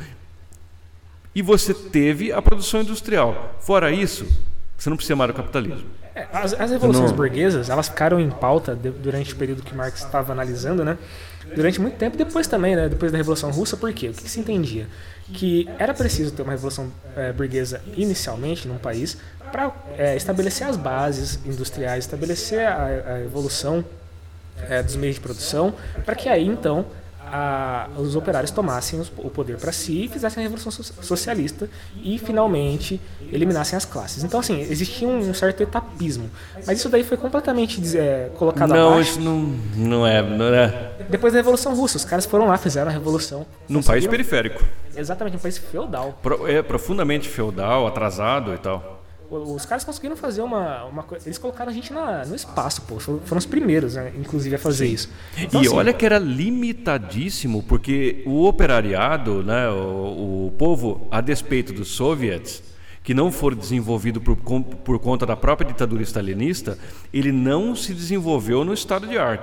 e você teve a produção industrial. Fora isso, você não precisa mais do capitalismo. É, as, as revoluções não... burguesas, elas ficaram em pauta de, durante o período que Marx estava analisando, né? Durante muito tempo, depois também, né? Depois da Revolução Russa, por quê? O que, que se entendia? Que era preciso ter uma revolução é, burguesa inicialmente num país para é, estabelecer as bases industriais, estabelecer a, a evolução é, dos meios de produção, para que aí então a, os operários tomassem os, o poder para si e fizessem a revolução so, socialista e finalmente eliminassem as classes. Então assim, existia um, um certo etapismo, mas isso daí foi completamente é, colocado não, abaixo. Isso não, não é, não é. Depois da Revolução Russa, os caras foram lá, fizeram a revolução. Num país periférico. Exatamente, um país feudal. Pro, é profundamente feudal, atrasado e tal. Os caras conseguiram fazer uma, uma coisa. Eles colocaram a gente na, no espaço, pô. Foram os primeiros, né, inclusive, a fazer Sim. isso. Então, e assim, olha que era limitadíssimo, porque o operariado, né, o, o povo, a despeito dos soviets, que não foram desenvolvidos por, por conta da própria ditadura stalinista, ele não se desenvolveu no estado de arte.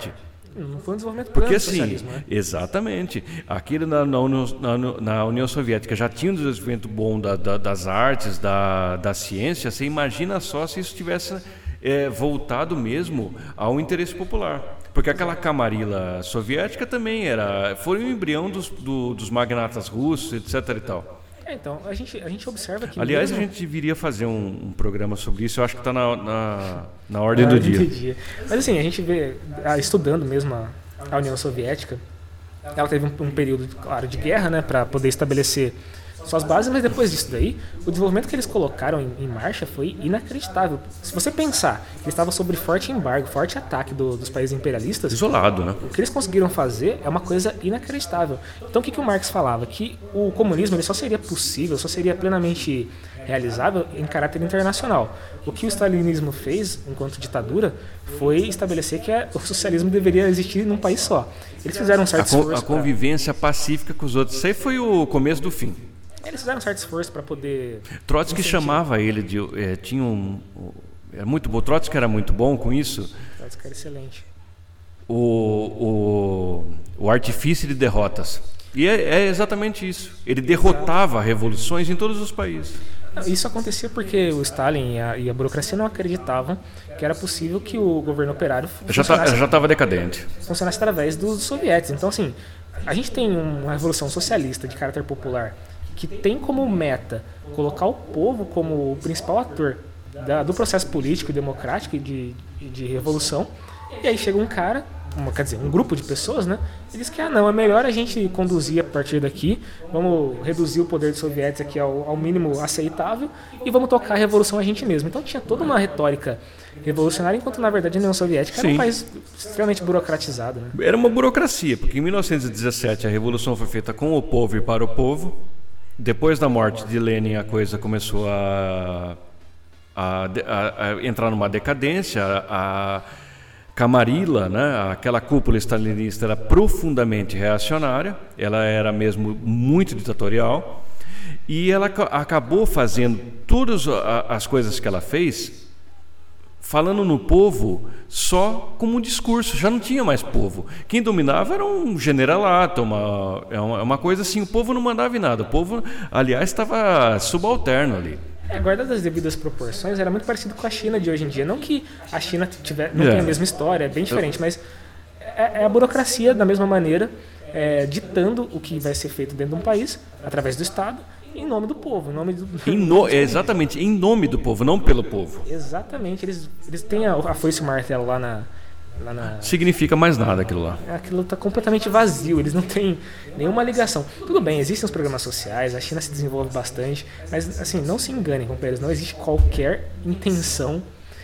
Não foi um desenvolvimento Porque pleno do assim, socialismo, né? exatamente, aqui na, na, União, na, na União Soviética já tinha um desenvolvimento bom da, da, das artes, da, da ciência. Você imagina só se isso tivesse é, voltado mesmo ao interesse popular. Porque aquela camarilla soviética também era, foi um embrião dos, do, dos magnatas russos, etc e tal. É, então, a gente, a gente observa que... Aliás, mesmo... a gente deveria fazer um, um programa sobre isso. Eu acho que está na, na, na ordem na do, dia. do dia. Mas assim, a gente vê, estudando mesmo a, a União Soviética, ela teve um, um período, claro, de guerra, né, para poder estabelecer suas bases, mas depois disso daí, o desenvolvimento que eles colocaram em, em marcha foi inacreditável. Se você pensar que eles estavam sob forte embargo, forte ataque do, dos países imperialistas... Isolado, né? O que eles conseguiram fazer é uma coisa inacreditável. Então o que, que o Marx falava? Que o comunismo ele só seria possível, só seria plenamente realizável em caráter internacional. O que o stalinismo fez, enquanto ditadura, foi estabelecer que o socialismo deveria existir num país só. Eles fizeram um certo a, esforço... A convivência pra... pacífica com os outros. Isso aí foi o começo do fim. Eles fizeram um certo esforço para poder... Trotsky incentivar. chamava ele de... É, tinha um... Era muito bom. Trotsky era muito bom com isso. Trotsky era excelente. O, o, o artifício de derrotas. E é, é exatamente isso. Ele derrotava revoluções em todos os países. Isso acontecia porque o Stalin e a, e a burocracia não acreditavam que era possível que o governo operário já estava tá, decadente. Funcionasse através dos soviéticos. Então, assim, a gente tem uma revolução socialista de caráter popular que tem como meta colocar o povo como o principal ator da, do processo político e democrático e de, de revolução. E aí chega um cara, uma, quer dizer, um grupo de pessoas, né? E diz que, ah, não, é melhor a gente conduzir a partir daqui, vamos reduzir o poder dos soviéticos aqui ao, ao mínimo aceitável e vamos tocar a revolução a gente mesmo. Então tinha toda uma retórica revolucionária, enquanto na verdade a União Soviética Sim. era um país extremamente burocratizado, né? Era uma burocracia, porque em mil novecentos e dezessete a revolução foi feita com o povo e para o povo. Depois da morte de Lenin, a coisa começou a, a, a, a entrar numa decadência. A, a camarilla, né, aquela cúpula stalinista, era profundamente reacionária, ela era mesmo muito ditatorial, e ela acabou fazendo todas as coisas que ela fez falando no povo só como um discurso, já não tinha mais povo. Quem dominava era um generalato, uma, uma coisa assim, o povo não mandava em nada. O povo, aliás, estava subalterno ali. É, guardado as devidas proporções, era muito parecido com a China de hoje em dia. Não que a China tiver, não é. tenha a mesma história, é bem diferente, mas é, é a burocracia, da mesma maneira, é, ditando o que vai ser feito dentro de um país, através do Estado, em nome do povo. Em nome do, em no, exatamente, em nome do povo, não pelo povo. Exatamente. Eles, eles têm a, a foice e o martelo lá na... Lá na... Significa mais nada aquilo lá. Aquilo está completamente vazio, eles não têm nenhuma ligação. Tudo bem, existem os programas sociais, a China se desenvolve bastante, mas assim, não se enganem, companheiros, não existe qualquer intenção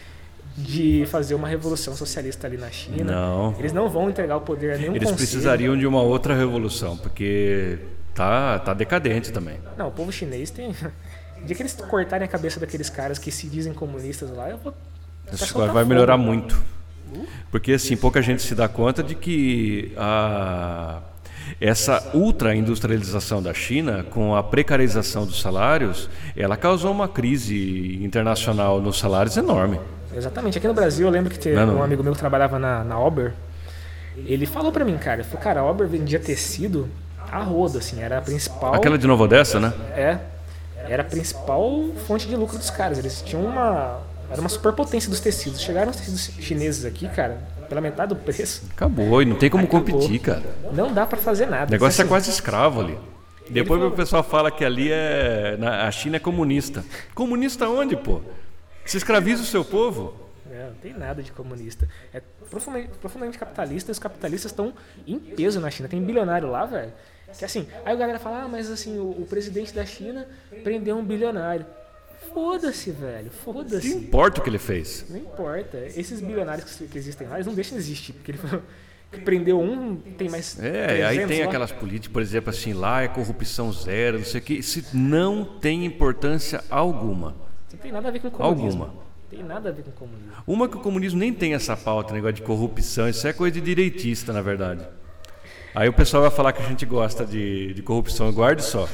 de fazer uma revolução socialista ali na China. Não. Eles não vão entregar o poder a nenhum Eles conselho. precisariam de uma outra revolução, porque tá, tá decadente também. Não, o povo chinês tem... O dia que eles cortarem a cabeça daqueles caras que se dizem comunistas lá, eu vou... Isso vai, vai melhorar muito. Porque assim, pouca gente se dá conta de que a, essa ultra-industrialização da China, com a precarização dos salários, ela causou uma crise internacional nos salários enorme. Exatamente. Aqui no Brasil, eu lembro que teve um amigo meu que trabalhava na, na Ober, ele falou pra mim, cara, ele falou, cara, a Ober vendia tecido a rodo, assim, era a principal... Aquela de Nova Odessa, né? É, era a principal fonte de lucro dos caras. Eles tinham uma... Era uma superpotência dos tecidos. Chegaram os tecidos chineses aqui, cara, pela metade do preço. Acabou, e não tem como Acabou. competir, cara. Não dá pra fazer nada. O negócio assim, é quase escravo ali. Depois falou... o pessoal fala que ali é... a China é comunista. Comunista onde, pô? Você escraviza o seu povo? Não, não tem nada de comunista. É profundamente, profundamente capitalista, e os capitalistas estão em peso na China. Tem bilionário lá, velho. Que assim, aí a galera fala, ah, mas assim, o, o presidente da China prendeu um bilionário. Foda-se, velho, foda-se. Não importa o que ele fez. Não importa. Esses bilionários que, que existem lá, eles não deixam de existir. Porque ele que prendeu um, tem mais. É, aí tem lá. Aquelas políticas, por exemplo, assim, lá é corrupção zero, não sei o que. Isso não tem importância alguma. Não tem nada a ver com comunismo. Alguma. Não tem nada a ver com comunismo. Uma que o comunismo nem tem essa pauta, negócio de corrupção, isso é coisa de direitista, na verdade. Aí o pessoal vai falar que a gente gosta de, de corrupção, guarde só.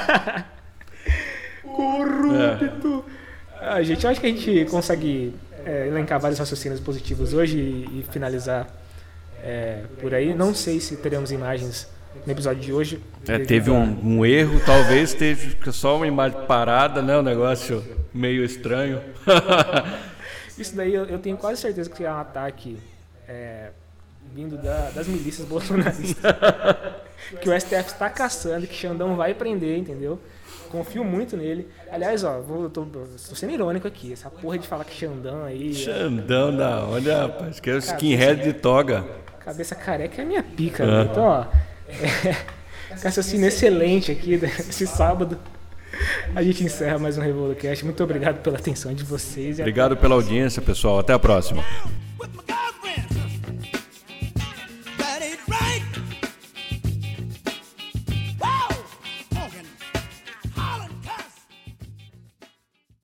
Corrupto! É. A gente acha que a gente consegue é, elencar vários raciocínios positivos hoje e, e finalizar é, por aí. Não sei se teremos imagens no episódio de hoje. É, teve um, um erro, talvez teve só uma imagem parada, né? Um negócio meio estranho. Isso daí eu, eu tenho quase certeza que é um ataque é, vindo da, das milícias bolsonaristas. Que o S T F está caçando, que Xandão vai prender, entendeu? Confio muito nele. Aliás, ó, vou, tô, tô sendo irônico aqui. Essa porra de falar que Xandão aí... Xandão da olha, rapaz, que é o skinhead de toga. Cabeça careca é a minha pica. Ah. Então, ó, é, raciocínio excelente aqui esse sábado. A gente encerra mais um RevoluCast. Muito obrigado pela atenção de vocês. Obrigado pela audiência, pessoal. Até a próxima.